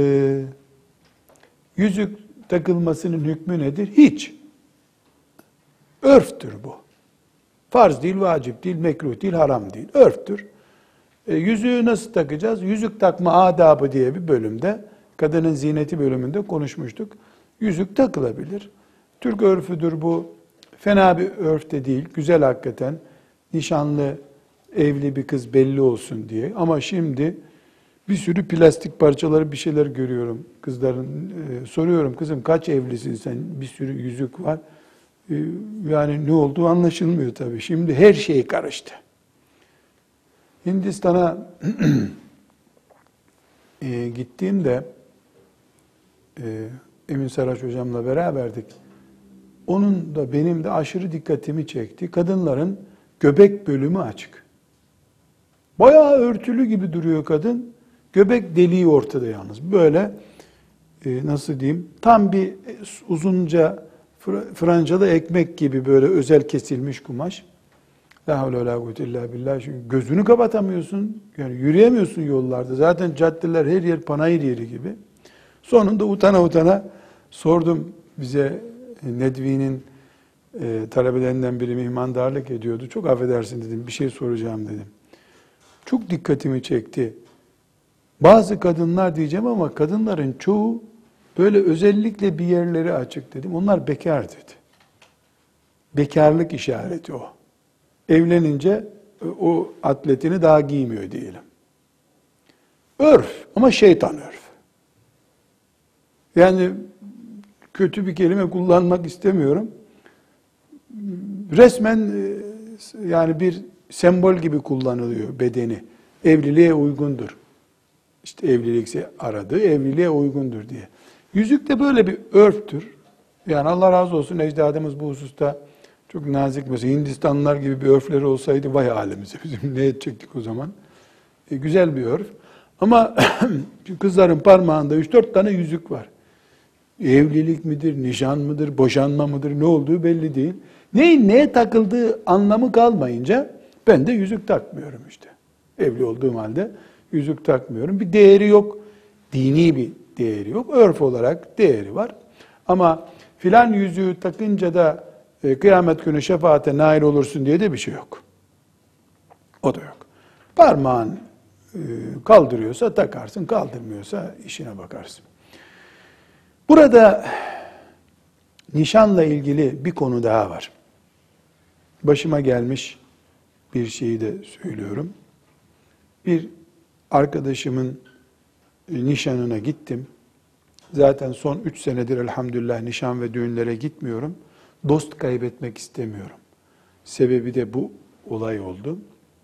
Yüzük takılmasının hükmü nedir? Hiç. Örftür bu. Farz değil, vacip değil, mekruh değil, haram değil. Örftür. Yüzüğü nasıl takacağız? Yüzük takma adabı diye bir bölümde, kadının ziyneti bölümünde konuşmuştuk. Yüzük takılabilir. Türk örfüdür bu. Fena bir örf de değil. Güzel hakikaten. Nişanlı, evli bir kız belli olsun diye. Ama şimdi bir sürü plastik parçaları, bir şeyler görüyorum. Kızların soruyorum, kızım kaç evlisin sen? Bir sürü yüzük var. Yani ne olduğu anlaşılmıyor tabii. Şimdi her şey karıştı. Hindistan'a gittiğimde Emin Saraç hocamla beraberdik. Onun da benim de aşırı dikkatimi çekti. Kadınların göbek bölümü açık. Bayağı örtülü gibi duruyor kadın. Göbek deliği ortada yalnız. Böyle nasıl diyeyim? Tam bir uzunca Francalı ekmek gibi böyle özel kesilmiş kumaş. La havle ve la kuvvete illa billah. Çünkü gözünü kapatamıyorsun. Yani yürüyemiyorsun yollarda. Zaten caddeler her yer panayır yeri gibi. Sonunda utana utana sordum, bize Nedvi'nin talebelerinden biri mihmandarlık ediyordu. Çok affedersin dedim, bir şey soracağım dedim. Çok dikkatimi çekti. Bazı kadınlar diyeceğim ama kadınların çoğu böyle özellikle bir yerleri açık dedim. Onlar bekar dedi. Bekarlık işareti o. Evlenince o atletini daha giymiyor diyelim. Örf ama şeytan örf. Yani kötü bir kelime kullanmak istemiyorum. Resmen yani bir sembol gibi kullanılıyor bedeni. Evliliğe uygundur. İşte evlilikse aradığı evliliğe uygundur diye. Yüzük de böyle bir örftür. Yani Allah razı olsun ecdadımız bu hususta çok nazik. Mesela Hindistanlılar gibi bir örfleri olsaydı vay halimize, bizim ne edecektik o zaman. Güzel bir örf. Ama kızların parmağında 3-4 tane yüzük var. Evlilik midir, nişan mıdır, boşanma mıdır, ne olduğu belli değil. Neyin neye takıldığı anlamı kalmayınca ben de yüzük takmıyorum işte. Evli olduğum halde yüzük takmıyorum. Bir değeri yok. Dini bir değeri yok. Örf olarak değeri var. Ama filan yüzüğü takınca da kıyamet günü şefaate nail olursun diye de bir şey yok. O da yok. Parmağın kaldırıyorsa takarsın, kaldırmıyorsa işine bakarsın. Burada nişanla ilgili bir konu daha var. Başıma gelmiş bir şeyi de söylüyorum. Bir arkadaşımın nişanına gittim. Zaten son 3 senedir elhamdülillah nişan ve düğünlere gitmiyorum. Dost kaybetmek istemiyorum. Sebebi de bu olay oldu.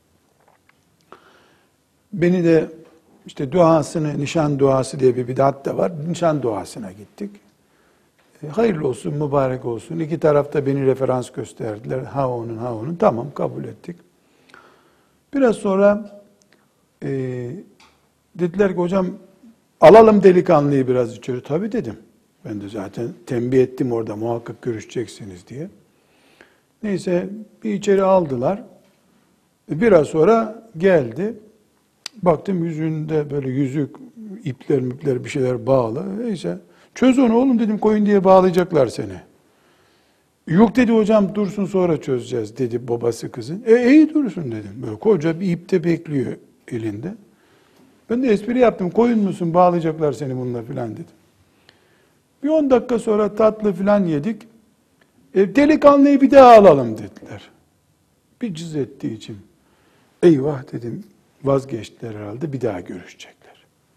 Beni de işte duasını, nişan duası diye bir bidat da var. Nişan duasına gittik. Hayırlı olsun, mübarek olsun. İki tarafta beni referans gösterdiler. Ha onun. Tamam, kabul ettik. Biraz sonra dediler ki hocam alalım delikanlıyı biraz içeri. Tabii dedim. Ben de zaten tembih ettim orada muhakkak görüşeceksiniz diye. Neyse bir içeri aldılar. Biraz sonra geldi. Baktım yüzünde böyle yüzük, ipler bir şeyler bağlı. Neyse çöz onu oğlum dedim, koyun diye bağlayacaklar seni. Yok dedi hocam dursun sonra çözeceğiz dedi babası kızın. İyi dursun dedim. Böyle koca bir ipte bekliyor elinde. Ben de espri yaptım. Koyun musun bağlayacaklar seni bununla filan dedim. Bir 10 dakika sonra tatlı filan yedik. Delikanlıyı bir daha alalım dediler. Bir cız ettiği için. Eyvah dedim, vazgeçtiler herhalde, bir daha görüşecekler.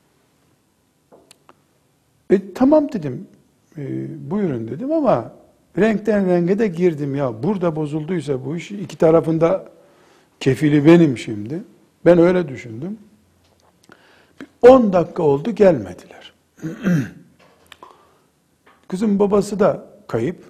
Tamam dedim, buyurun dedim ama renkten renge de girdim ya. Burada bozulduysa bu iş, iki tarafında kefili benim şimdi. Ben öyle düşündüm. 10 dakika oldu gelmediler. Kızın babası da kayıp.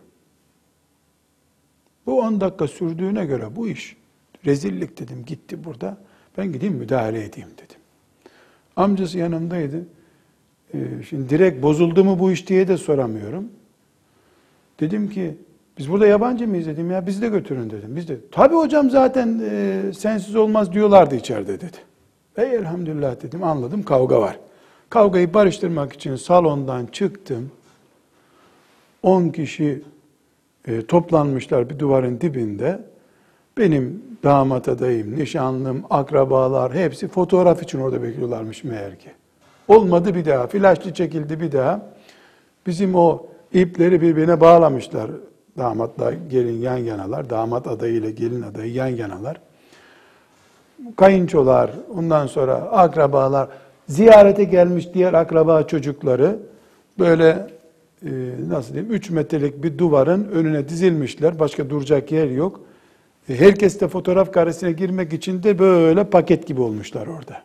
Bu 10 dakika sürdüğüne göre bu iş rezillik dedim, gitti burada. Ben gideyim müdahale edeyim dedim. Amcası yanımdaydı. Şimdi direkt bozuldu mu bu iş diye de soramıyorum. Dedim ki biz burada yabancı mıyız dedim ya, bizi de götürün dedim. Biz de tabii hocam zaten sensiz olmaz diyorlardı içeride dedi. Elhamdülillah dedim, anladım, kavga var. Kavgayı barıştırmak için salondan çıktım. 10 kişi toplanmışlar bir duvarın dibinde. Benim damat adayım, nişanlım, akrabalar hepsi fotoğraf için orada bekliyorlarmış meğer ki. Olmadı bir daha, flaşlı çekildi bir daha. Bizim o ipleri birbirine bağlamışlar. Damatla gelin yan yanalar, damat adayı ile gelin adayı yan yanalar. Kayınçolar, ondan sonra akrabalar, ziyarete gelmiş diğer akraba çocukları böyle nasıl diyeyim 3 metrelik bir duvarın önüne dizilmişler. Başka duracak yer yok. Herkes de fotoğraf karesine girmek için de böyle paket gibi olmuşlar orada.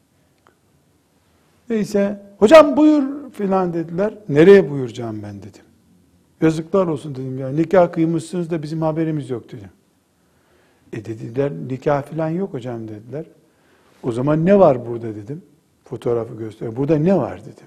Neyse, hocam buyur filan dediler. Nereye buyuracağım ben dedim. Yazıklar olsun dedim ya. Nikah kıymışsınız da bizim haberimiz yok dedim. Dediler nikah filan yok hocam dediler. O zaman ne var burada dedim. Fotoğrafı göster. Burada ne var dedim.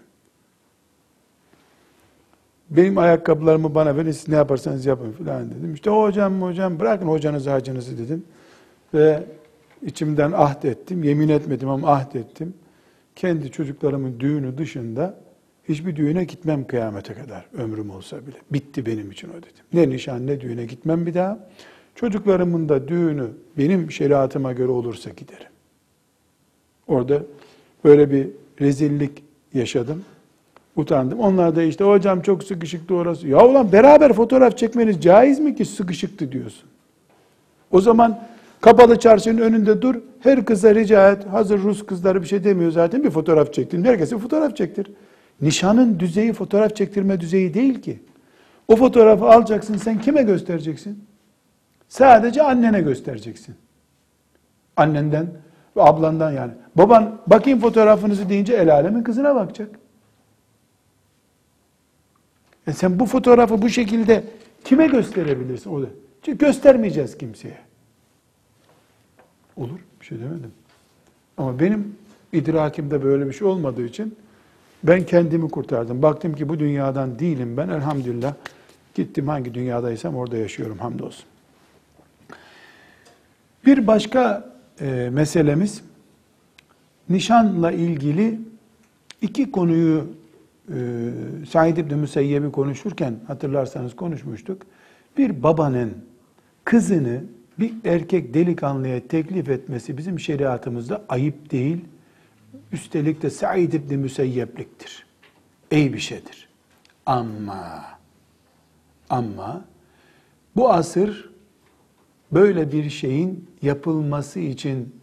Benim ayakkabılarımı bana verin, siz ne yaparsanız yapın filan dedim. İşte hocam bırakın hocanızı hacınızı dedim. Ve içimden ahd ettim. Yemin etmedim ama ahd ettim. Kendi çocuklarımın düğünü dışında hiçbir düğüne gitmem kıyamete kadar. Ömrüm olsa bile. Bitti benim için o dedim. Ne nişan ne düğüne gitmem bir daha. Çocuklarımın da düğünü benim şeriatıma göre olursa giderim. Orada böyle bir rezillik yaşadım. Utandım. Onlar da işte hocam çok sıkışıktı orası. Ya ulan beraber fotoğraf çekmeniz caiz mi ki sıkışıktı diyorsun. O zaman kapalı çarşının önünde dur. Her kıza rica et. Hazır Rus kızları bir şey demiyor zaten. Bir fotoğraf çektin. Herkese fotoğraf çektir. Nişanın düzeyi fotoğraf çektirme düzeyi değil ki. O fotoğrafı alacaksın, sen kime göstereceksin? Sadece annene göstereceksin. Annenden ve ablandan yani. Baban bakayım fotoğrafınızı deyince el alemin kızına bakacak. Sen bu fotoğrafı bu şekilde kime gösterebilirsin? O da. Çünkü göstermeyeceğiz kimseye. Olur, bir şey demedim. Ama benim idrakimde böyle bir şey olmadığı için ben kendimi kurtardım. Baktım ki bu dünyadan değilim ben. Elhamdülillah gittim, hangi dünyadaysam orada yaşıyorum hamdolsun. Bir başka meselemiz, nişanla ilgili iki konuyu Said İbni Müseyyeb'i konuşurken hatırlarsanız konuşmuştuk. Bir babanın kızını bir erkek delikanlıya teklif etmesi bizim şeriatımızda ayıp değil. Üstelik de Said İbni Müseyyep'liktir. İyi bir şeydir. Ama bu asır böyle bir şeyin yapılması için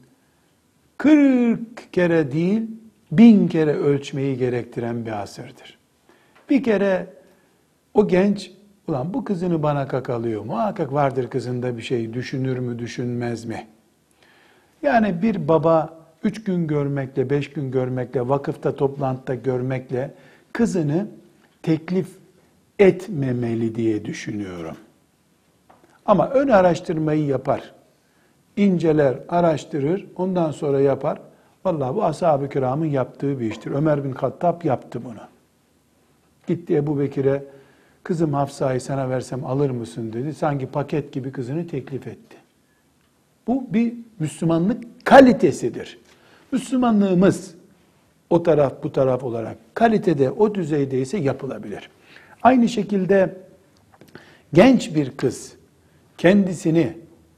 40 kere değil 1000 kere ölçmeyi gerektiren bir asırdır. Bir kere o genç, ulan bu kızını bana kakalıyor, muhakkak vardır kızında bir şey, düşünür mü düşünmez mi? Yani bir baba 3 gün görmekle, 5 gün görmekle, vakıfta toplantıda görmekle kızını teklif etmemeli diye düşünüyorum. Ama ön araştırmayı yapar, inceler, araştırır, ondan sonra yapar. Vallahi bu ashab-ı kiramın yaptığı bir iştir. Ömer bin Hattab yaptı bunu. Gitti Ebu Bekir'e, kızım Hafsa'yı sana versem alır mısın dedi. Sanki paket gibi kızını teklif etti. Bu bir Müslümanlık kalitesidir. Müslümanlığımız o taraf bu taraf olarak kalitede o düzeydeyse yapılabilir. Aynı şekilde genç bir kız kendisini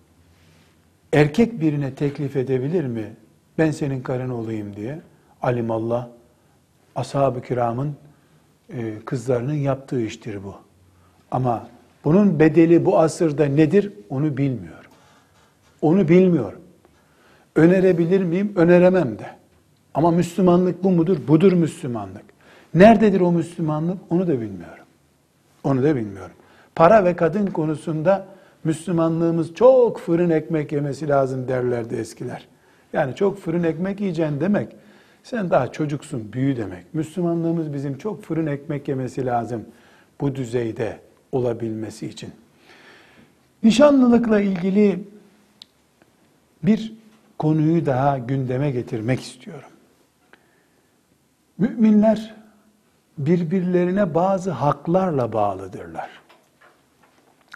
erkek birine teklif edebilir mi? Ben senin karın olayım diye. Alimallah, ashab-ı kiramın kızlarının yaptığı iştir bu. Ama bunun bedeli bu asırda nedir? Onu bilmiyorum. Onu bilmiyorum. Önerebilir miyim? Öneremem de. Ama Müslümanlık bu mudur? Budur Müslümanlık. Nerededir o Müslümanlık? Onu da bilmiyorum. Onu da bilmiyorum. Para ve kadın konusunda Müslümanlığımız çok fırın ekmek yemesi lazım derlerdi eskiler. Yani çok fırın ekmek yiyeceksin demek, sen daha çocuksun, büyü demek. Müslümanlığımız bizim çok fırın ekmek yemesi lazım bu düzeyde olabilmesi için. Nişanlılıkla ilgili bir konuyu daha gündeme getirmek istiyorum. Müminler birbirlerine bazı haklarla bağlıdırlar.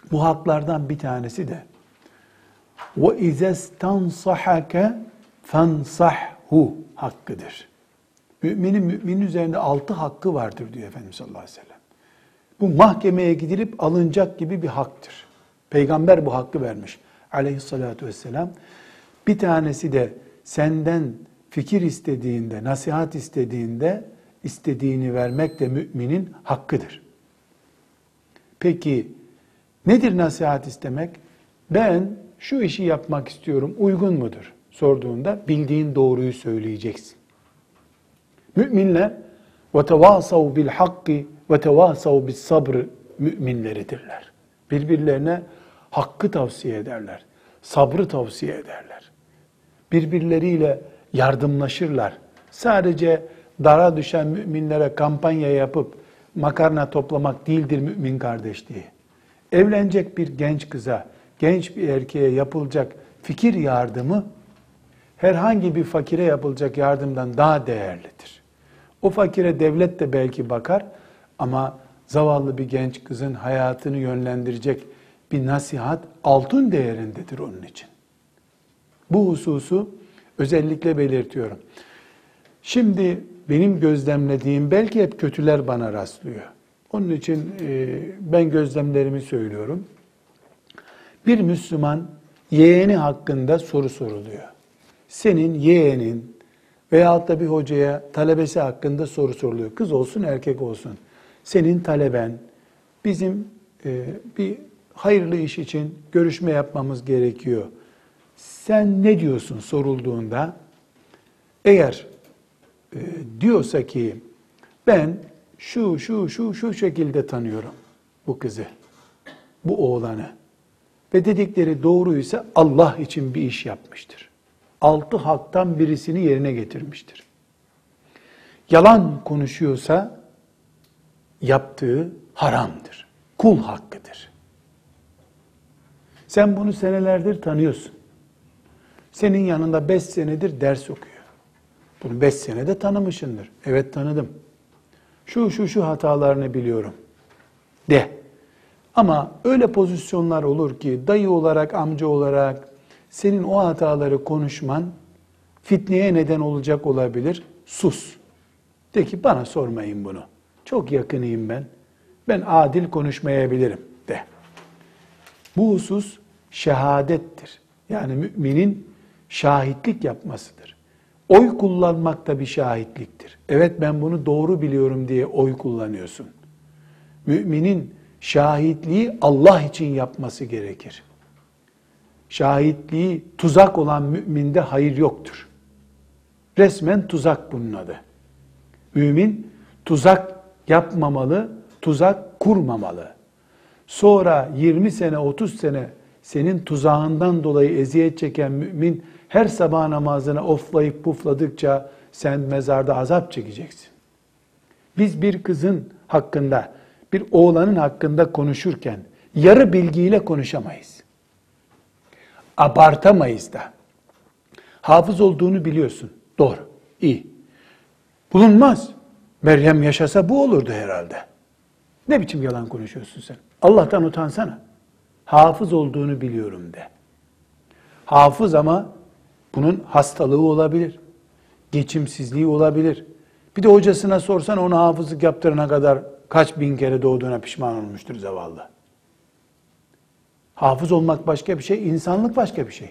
Bu haklardan bir tanesi de وَاِذَا اسْتَنْصَحَكَ فَانْصَحْهُ hakkıdır. Müminin üzerinde 6 hakkı vardır diyor Efendimiz sallallahu aleyhi ve sellem. Bu mahkemeye gidilip alınacak gibi bir haktır. Peygamber bu hakkı vermiş aleyhissalatu vesselam. Bir tanesi de senden fikir istediğinde, nasihat istediğinde istediğini vermek de müminin hakkıdır. Peki nedir nasihat istemek? Ben şu işi yapmak istiyorum, uygun mudur? Sorduğunda bildiğin doğruyu söyleyeceksin. Müminler وَتَوَاصَوْا بِالْحَقِّ وَتَوَاصَوْا بِالصَّبْرِ müminleridirler. Birbirlerine hakkı tavsiye ederler. Sabrı tavsiye ederler. Birbirleriyle yardımlaşırlar. Sadece dara düşen müminlere kampanya yapıp makarna toplamak değildir mümin kardeşliği. Evlenecek bir genç kıza, genç bir erkeğe yapılacak fikir yardımı herhangi bir fakire yapılacak yardımdan daha değerlidir. O fakire devlet de belki bakar ama zavallı bir genç kızın hayatını yönlendirecek bir nasihat altın değerindedir onun için. Bu hususu özellikle belirtiyorum. Şimdi benim gözlemlediğim, belki hep kötüler bana rastlıyor. Onun için ben gözlemlerimi söylüyorum. Bir Müslüman yeğeni hakkında soru soruluyor. Senin yeğenin veyahut da bir hocaya talebesi hakkında soru soruluyor. Kız olsun erkek olsun. Senin taleben bizim bir hayırlı iş için görüşme yapmamız gerekiyor. Sen ne diyorsun sorulduğunda? Eğer diyorsa ki ben şu şekilde tanıyorum bu kızı, bu oğlanı ve dedikleri doğruysa Allah için bir iş yapmıştır. 6 haktan birisini yerine getirmiştir. Yalan konuşuyorsa yaptığı haramdır. Kul hakkıdır. Sen bunu senelerdir tanıyorsun. Senin yanında 5 senedir ders okuyor. Bunu 5 senede tanımışsındır. Evet tanıdım. Şu hatalarını biliyorum. De. Ama öyle pozisyonlar olur ki dayı olarak, amca olarak senin o hataları konuşman fitneye neden olacak olabilir. Sus. De ki bana sormayın bunu. Çok yakınıyım ben. Ben adil konuşmayabilirim de. Bu husus şehadettir. Yani müminin şahitlik yapmasıdır. Oy kullanmak da bir şahitliktir. Evet ben bunu doğru biliyorum diye oy kullanıyorsun. Müminin şahitliği Allah için yapması gerekir. Şahitliği tuzak olan müminde hayır yoktur. Resmen tuzak bunun adı. Mümin tuzak yapmamalı, tuzak kurmamalı. Sonra 20 sene, 30 sene senin tuzağından dolayı eziyet çeken mümin her sabah namazına oflayıp pufladıkça sen mezarda azap çekeceksin. Biz bir kızın hakkında, bir oğlanın hakkında konuşurken yarı bilgiyle konuşamayız. Abartamayız da. Hafız olduğunu biliyorsun. Doğru, iyi. Bulunmaz. Meryem yaşasa bu olurdu herhalde. Ne biçim yalan konuşuyorsun sen? Allah'tan utansana. Hafız olduğunu biliyorum de. Hafız ama bunun hastalığı olabilir. Geçimsizliği olabilir. Bir de hocasına sorsan onu hafızlık yaptırana kadar kaç bin kere doğduğuna pişman olmuştur zavallı. Hafız olmak başka bir şey, insanlık başka bir şey.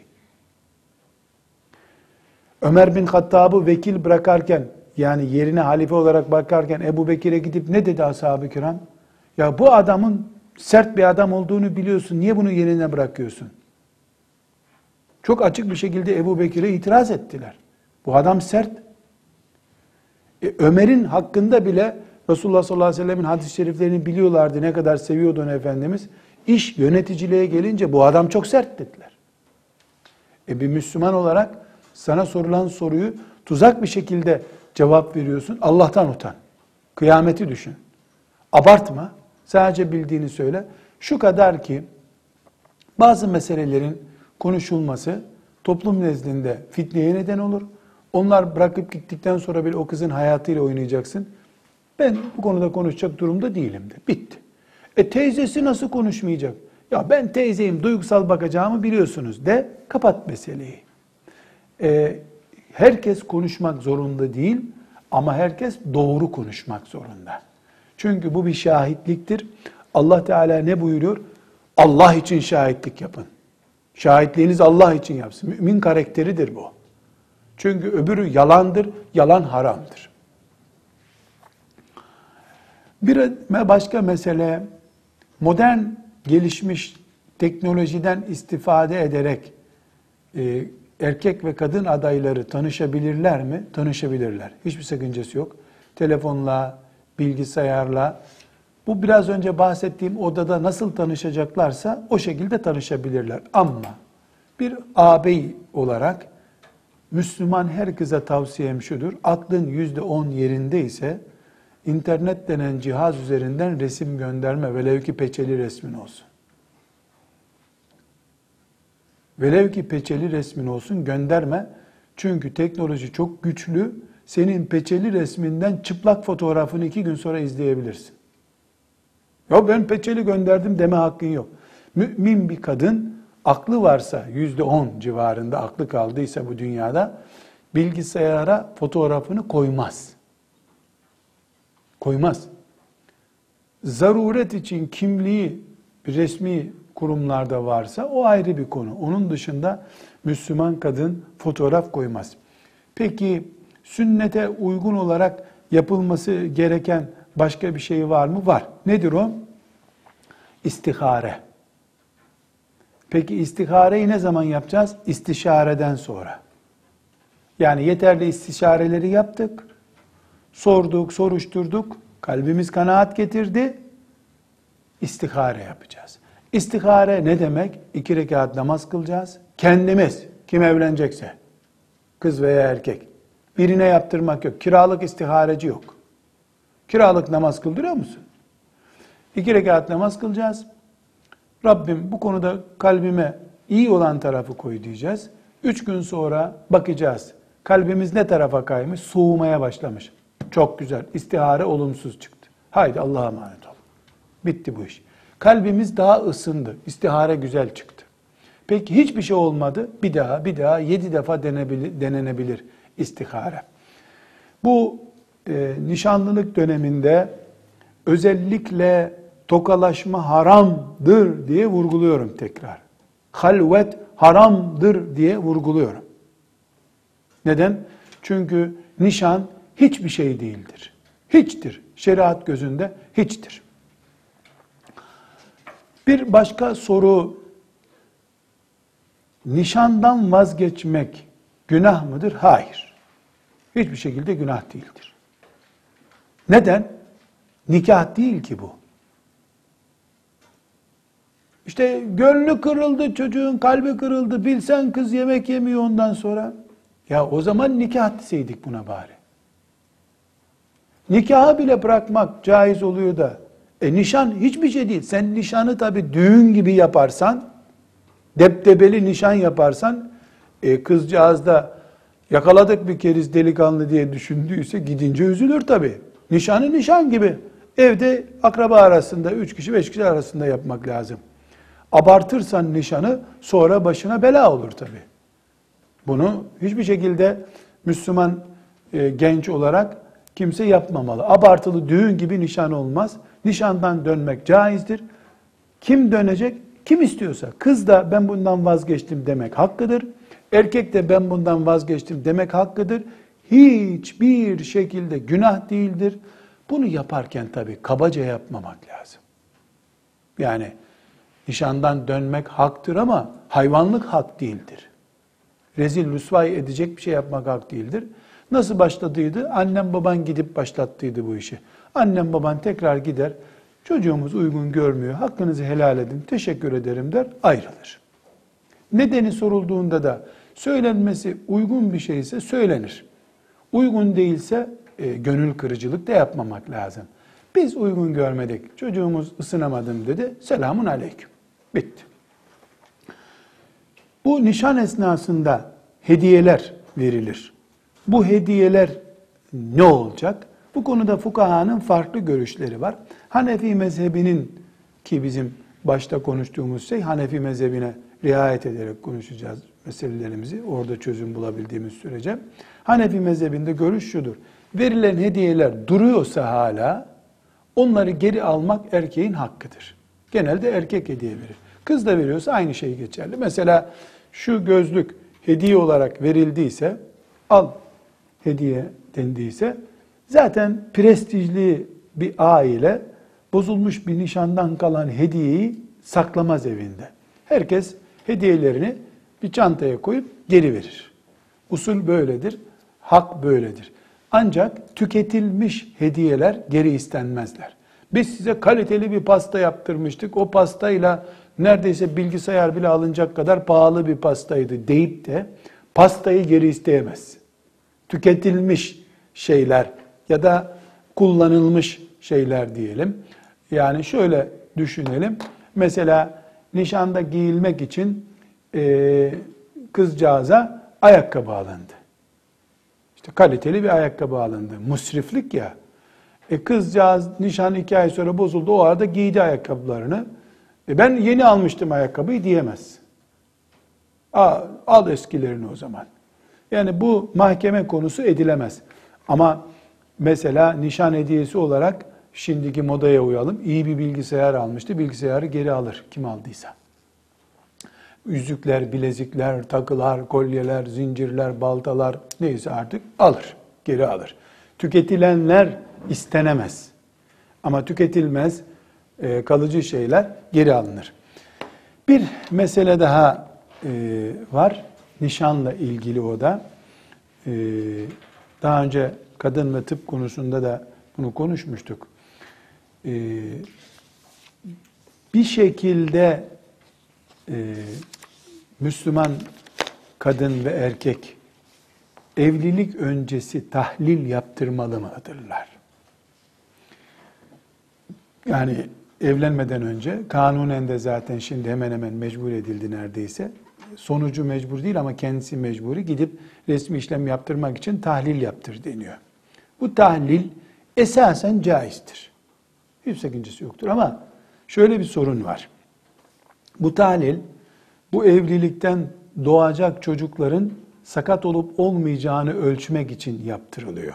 Ömer bin Hattab'ı vekil bırakarken, yani yerine halife olarak bakarken Ebu Bekir'e gidip ne dedi ashab-ı kiram? Ya bu adamın sert bir adam olduğunu biliyorsun, niye bunu yerine bırakıyorsun? Çok açık bir şekilde Ebu Bekir'e itiraz ettiler. Bu adam sert. Ömer'in hakkında bile Resulullah sallallahu aleyhi ve sellemin hadis-i şeriflerini biliyorlardı, ne kadar seviyordu onu Efendimiz. İş yöneticiliğe gelince bu adam çok sert dediler. Bir Müslüman olarak sana sorulan soruyu tuzak bir şekilde cevap veriyorsun. Allah'tan utan. Kıyameti düşün. Abartma. Sadece bildiğini söyle. Şu kadar ki bazı meselelerin konuşulması toplum nezdinde fitneye neden olur. Onlar bırakıp gittikten sonra bile o kızın hayatıyla oynayacaksın. Ben bu konuda konuşacak durumda değilim de. Bitti. Teyzesi nasıl konuşmayacak? Ya ben teyzeyim, duygusal bakacağımı biliyorsunuz de, kapat meseleyi. Herkes konuşmak zorunda değil ama herkes doğru konuşmak zorunda. Çünkü bu bir şahitliktir. Allah Teala ne buyuruyor? Allah için şahitlik yapın. Şahitliğiniz Allah için yapsın. Mümin karakteridir bu. Çünkü öbürü yalandır, yalan haramdır. Bir başka mesele, modern gelişmiş teknolojiden istifade ederek erkek ve kadın adayları tanışabilirler mi? Tanışabilirler. Hiçbir sakıncası yok. Telefonla, bilgisayarla, bu biraz önce bahsettiğim odada nasıl tanışacaklarsa o şekilde tanışabilirler. Ama bir ağabey olarak Müslüman her kıza tavsiyem şudur: aklın %10 yerindeyse internet denen cihaz üzerinden resim gönderme, velev ki peçeli resmin olsun. Velev ki peçeli resmin olsun, gönderme. Çünkü teknoloji çok güçlü. Senin peçeli resminden çıplak fotoğrafını 2 gün sonra izleyebilirsin. Ya ben peçeli gönderdim deme hakkın yok. Mümin bir kadın, aklı varsa, %10 civarında aklı kaldıysa bu dünyada, bilgisayara fotoğrafını koymaz. Koymaz. Zaruret için kimliği resmi kurumlarda varsa o ayrı bir konu. Onun dışında Müslüman kadın fotoğraf koymaz. Peki sünnete uygun olarak yapılması gereken başka bir şey var mı? Var. Nedir o? İstihare. Peki istihareyi ne zaman yapacağız? İstişareden sonra. Yani yeterli istişareleri yaptık, sorduk, soruşturduk, kalbimiz kanaat getirdi, istihare yapacağız. İstihare ne demek? 2 rekat namaz kılacağız. Kendimiz, kim evlenecekse, kız veya erkek, birine yaptırmak yok. Kiralık istihareci yok. Kiralık namaz kıldırıyor musun? 2 rekat namaz kılacağız. Rabbim bu konuda kalbime iyi olan tarafı koy diyeceğiz. 3 gün sonra bakacağız. Kalbimiz ne tarafa kaymış? Soğumaya başlamış. Çok güzel. İstihare olumsuz çıktı. Haydi Allah'a emanet ol. Bitti bu iş. Kalbimiz daha ısındı. İstihare güzel çıktı. Peki hiçbir şey olmadı. Bir daha 7 defa denenebilir istihare. Bu nişanlılık döneminde özellikle tokalaşma haramdır diye vurguluyorum tekrar. Halvet haramdır diye vurguluyorum. Neden? Çünkü nişan hiçbir şey değildir. Hiçtir. Şeriat gözünde hiçtir. Bir başka soru, nişandan vazgeçmek günah mıdır? Hayır. Hiçbir şekilde günah değildir. Neden? Nikah değil ki bu. İşte gönlü kırıldı, çocuğun kalbi kırıldı, bilsen kız yemek yemiyor ondan sonra. Ya o zaman nikah deseydik buna bari. Nikahı bile bırakmak caiz oluyor da, nişan hiçbir şey değil. Sen nişanı tabii düğün gibi yaparsan, deptebeli nişan yaparsan, kızcağız da yakaladık bir keriz delikanlı diye düşündüyse gidince üzülür tabii. Nişanı nişan gibi. Evde akraba arasında 3 kişi 5 kişi arasında yapmak lazım. Abartırsan nişanı sonra başına bela olur tabii. Bunu hiçbir şekilde Müslüman genç olarak kimse yapmamalı. Abartılı düğün gibi nişan olmaz. Nişandan dönmek caizdir. Kim dönecek? Kim istiyorsa. Kız da ben bundan vazgeçtim demek hakkıdır. Erkek de ben bundan vazgeçtim demek hakkıdır. Hiçbir şekilde günah değildir. Bunu yaparken tabii kabaca yapmamak lazım. Yani nişandan dönmek haktır ama hayvanlık hak değildir. Rezil rüsvay edecek bir şey yapmak hak değildir. Nasıl başladıydı? Annem baban gidip başlattıydı bu işi. Annem baban tekrar gider, çocuğumuz uygun görmüyor, hakkınızı helal edin, teşekkür ederim der, ayrılır. Nedeni sorulduğunda da söylenmesi uygun bir şeyse söylenir. Uygun değilse gönül kırıcılık da yapmamak lazım. Biz uygun görmedik, çocuğumuz ısınamadım dedi, selamun aleyküm. Bitti. Bu nişan esnasında hediyeler verilir. Bu hediyeler ne olacak? Bu konuda fukahanın farklı görüşleri var. Hanefi mezhebinin, ki bizim başta konuştuğumuz şey Hanefi mezhebine riayet ederek konuşacağız meselelerimizi. Orada çözüm bulabildiğimiz sürece. Hanefi mezhebinde görüş şudur. Verilen hediyeler duruyorsa hala onları geri almak erkeğin hakkıdır. Genelde erkek hediye verir. Kız da veriyorsa aynı şey geçerli. Mesela şu gözlük hediye olarak verildiyse, al hediye dendiyse, zaten prestijli bir aile bozulmuş bir nişandan kalan hediyeyi saklamaz evinde. Herkes hediyelerini bir çantaya koyup geri verir. Usul böyledir, hak böyledir. Ancak tüketilmiş hediyeler geri istenmezler. Biz size kaliteli bir pasta yaptırmıştık. O pastayla neredeyse bilgisayar bile alınacak kadar pahalı bir pastaydı deyip de pastayı geri isteyemez. Tüketilmiş şeyler ya da kullanılmış şeyler diyelim. Yani şöyle düşünelim. Mesela nişanda giyilmek için kızcağıza ayakkabı alındı. İşte kaliteli bir ayakkabı alındı. Musriflik ya. Kızcağız nişan 2 ay sonra bozuldu. O arada giydi ayakkabılarını. Ben yeni almıştım ayakkabıyı diyemez. Al eskilerini o zaman. Yani bu mahkeme konusu edilemez. Ama mesela nişan hediyesi olarak şimdiki modaya uyalım. İyi bir bilgisayar almıştı. Bilgisayarı geri alır kim aldıysa. Yüzükler, bilezikler, takılar, kolyeler, zincirler, baltalar neyse artık alır. Geri alır. Tüketilenler istenemez. Ama tüketilmez kalıcı şeyler geri alınır. Bir mesele daha var. Nişanla ilgili o da. Daha önce kadın ve tıp konusunda da bunu konuşmuştuk. Bir şekilde Müslüman kadın ve erkek evlilik öncesi tahlil yaptırmalı mıdırlar? Yani evlenmeden önce kanunen de zaten şimdi hemen hemen mecbur edildi neredeyse. Sonucu mecbur değil ama kendisi mecburi gidip resmi işlem yaptırmak için tahlil yaptır deniyor. Bu tahlil esasen caizdir. Hiçbir sakıncası yoktur ama şöyle bir sorun var. Bu tahlil bu evlilikten doğacak çocukların sakat olup olmayacağını ölçmek için yaptırılıyor.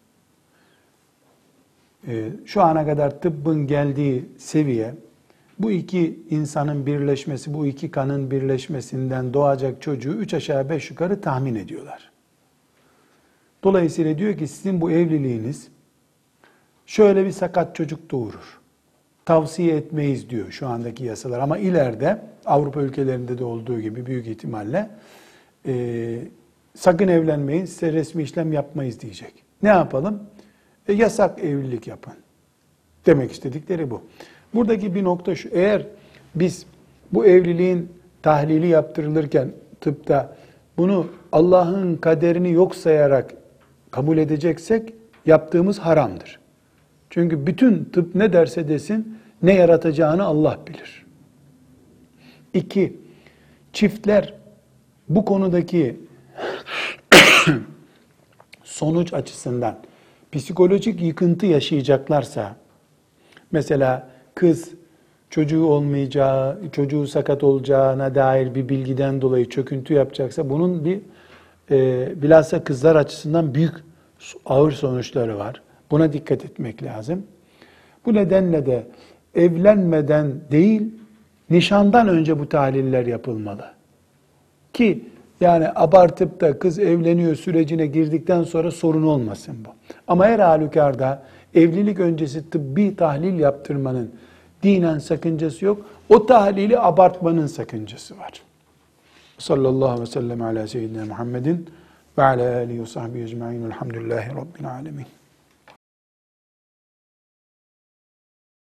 Şu ana kadar tıbbın geldiği seviye, bu iki insanın birleşmesi, bu iki kanın birleşmesinden doğacak çocuğu 3 aşağı 5 yukarı tahmin ediyorlar. Dolayısıyla diyor ki sizin bu evliliğiniz şöyle bir sakat çocuk doğurur. Tavsiye etmeyiz diyor şu andaki yasalar ama ileride Avrupa ülkelerinde de olduğu gibi büyük ihtimalle sakın evlenmeyin, size resmi işlem yapmayız diyecek. Ne yapalım? Yasak evlilik yapın. Demek istedikleri bu. Buradaki bir nokta şu, eğer biz bu evliliğin tahlili yaptırılırken tıpta bunu Allah'ın kaderini yok sayarak kabul edeceksek yaptığımız haramdır. Çünkü bütün tıp ne derse desin ne yaratacağını Allah bilir. 2. Çiftler bu konudaki sonuç açısından psikolojik yıkıntı yaşayacaklarsa, mesela kız çocuğu olmayacağı, çocuğu sakat olacağına dair bir bilgiden dolayı çöküntü yapacaksa bunun bilhassa kızlar açısından büyük ağır sonuçları var. Buna dikkat etmek lazım. Bu nedenle de evlenmeden değil, nişandan önce bu tahliller yapılmalı. Ki yani abartıp da kız evleniyor sürecine girdikten sonra sorun olmasın bu. Ama her halükarda evlilik öncesi tıbbi tahlil yaptırmanın dinen sakıncası yok. O tahlili abartmanın sakıncası var. Sallallahu aleyhi ve sellem ala seyyidina Muhammedin ve ala alihi ve sahbihi ecma'in. Elhamdülillahi Rabbil alemin.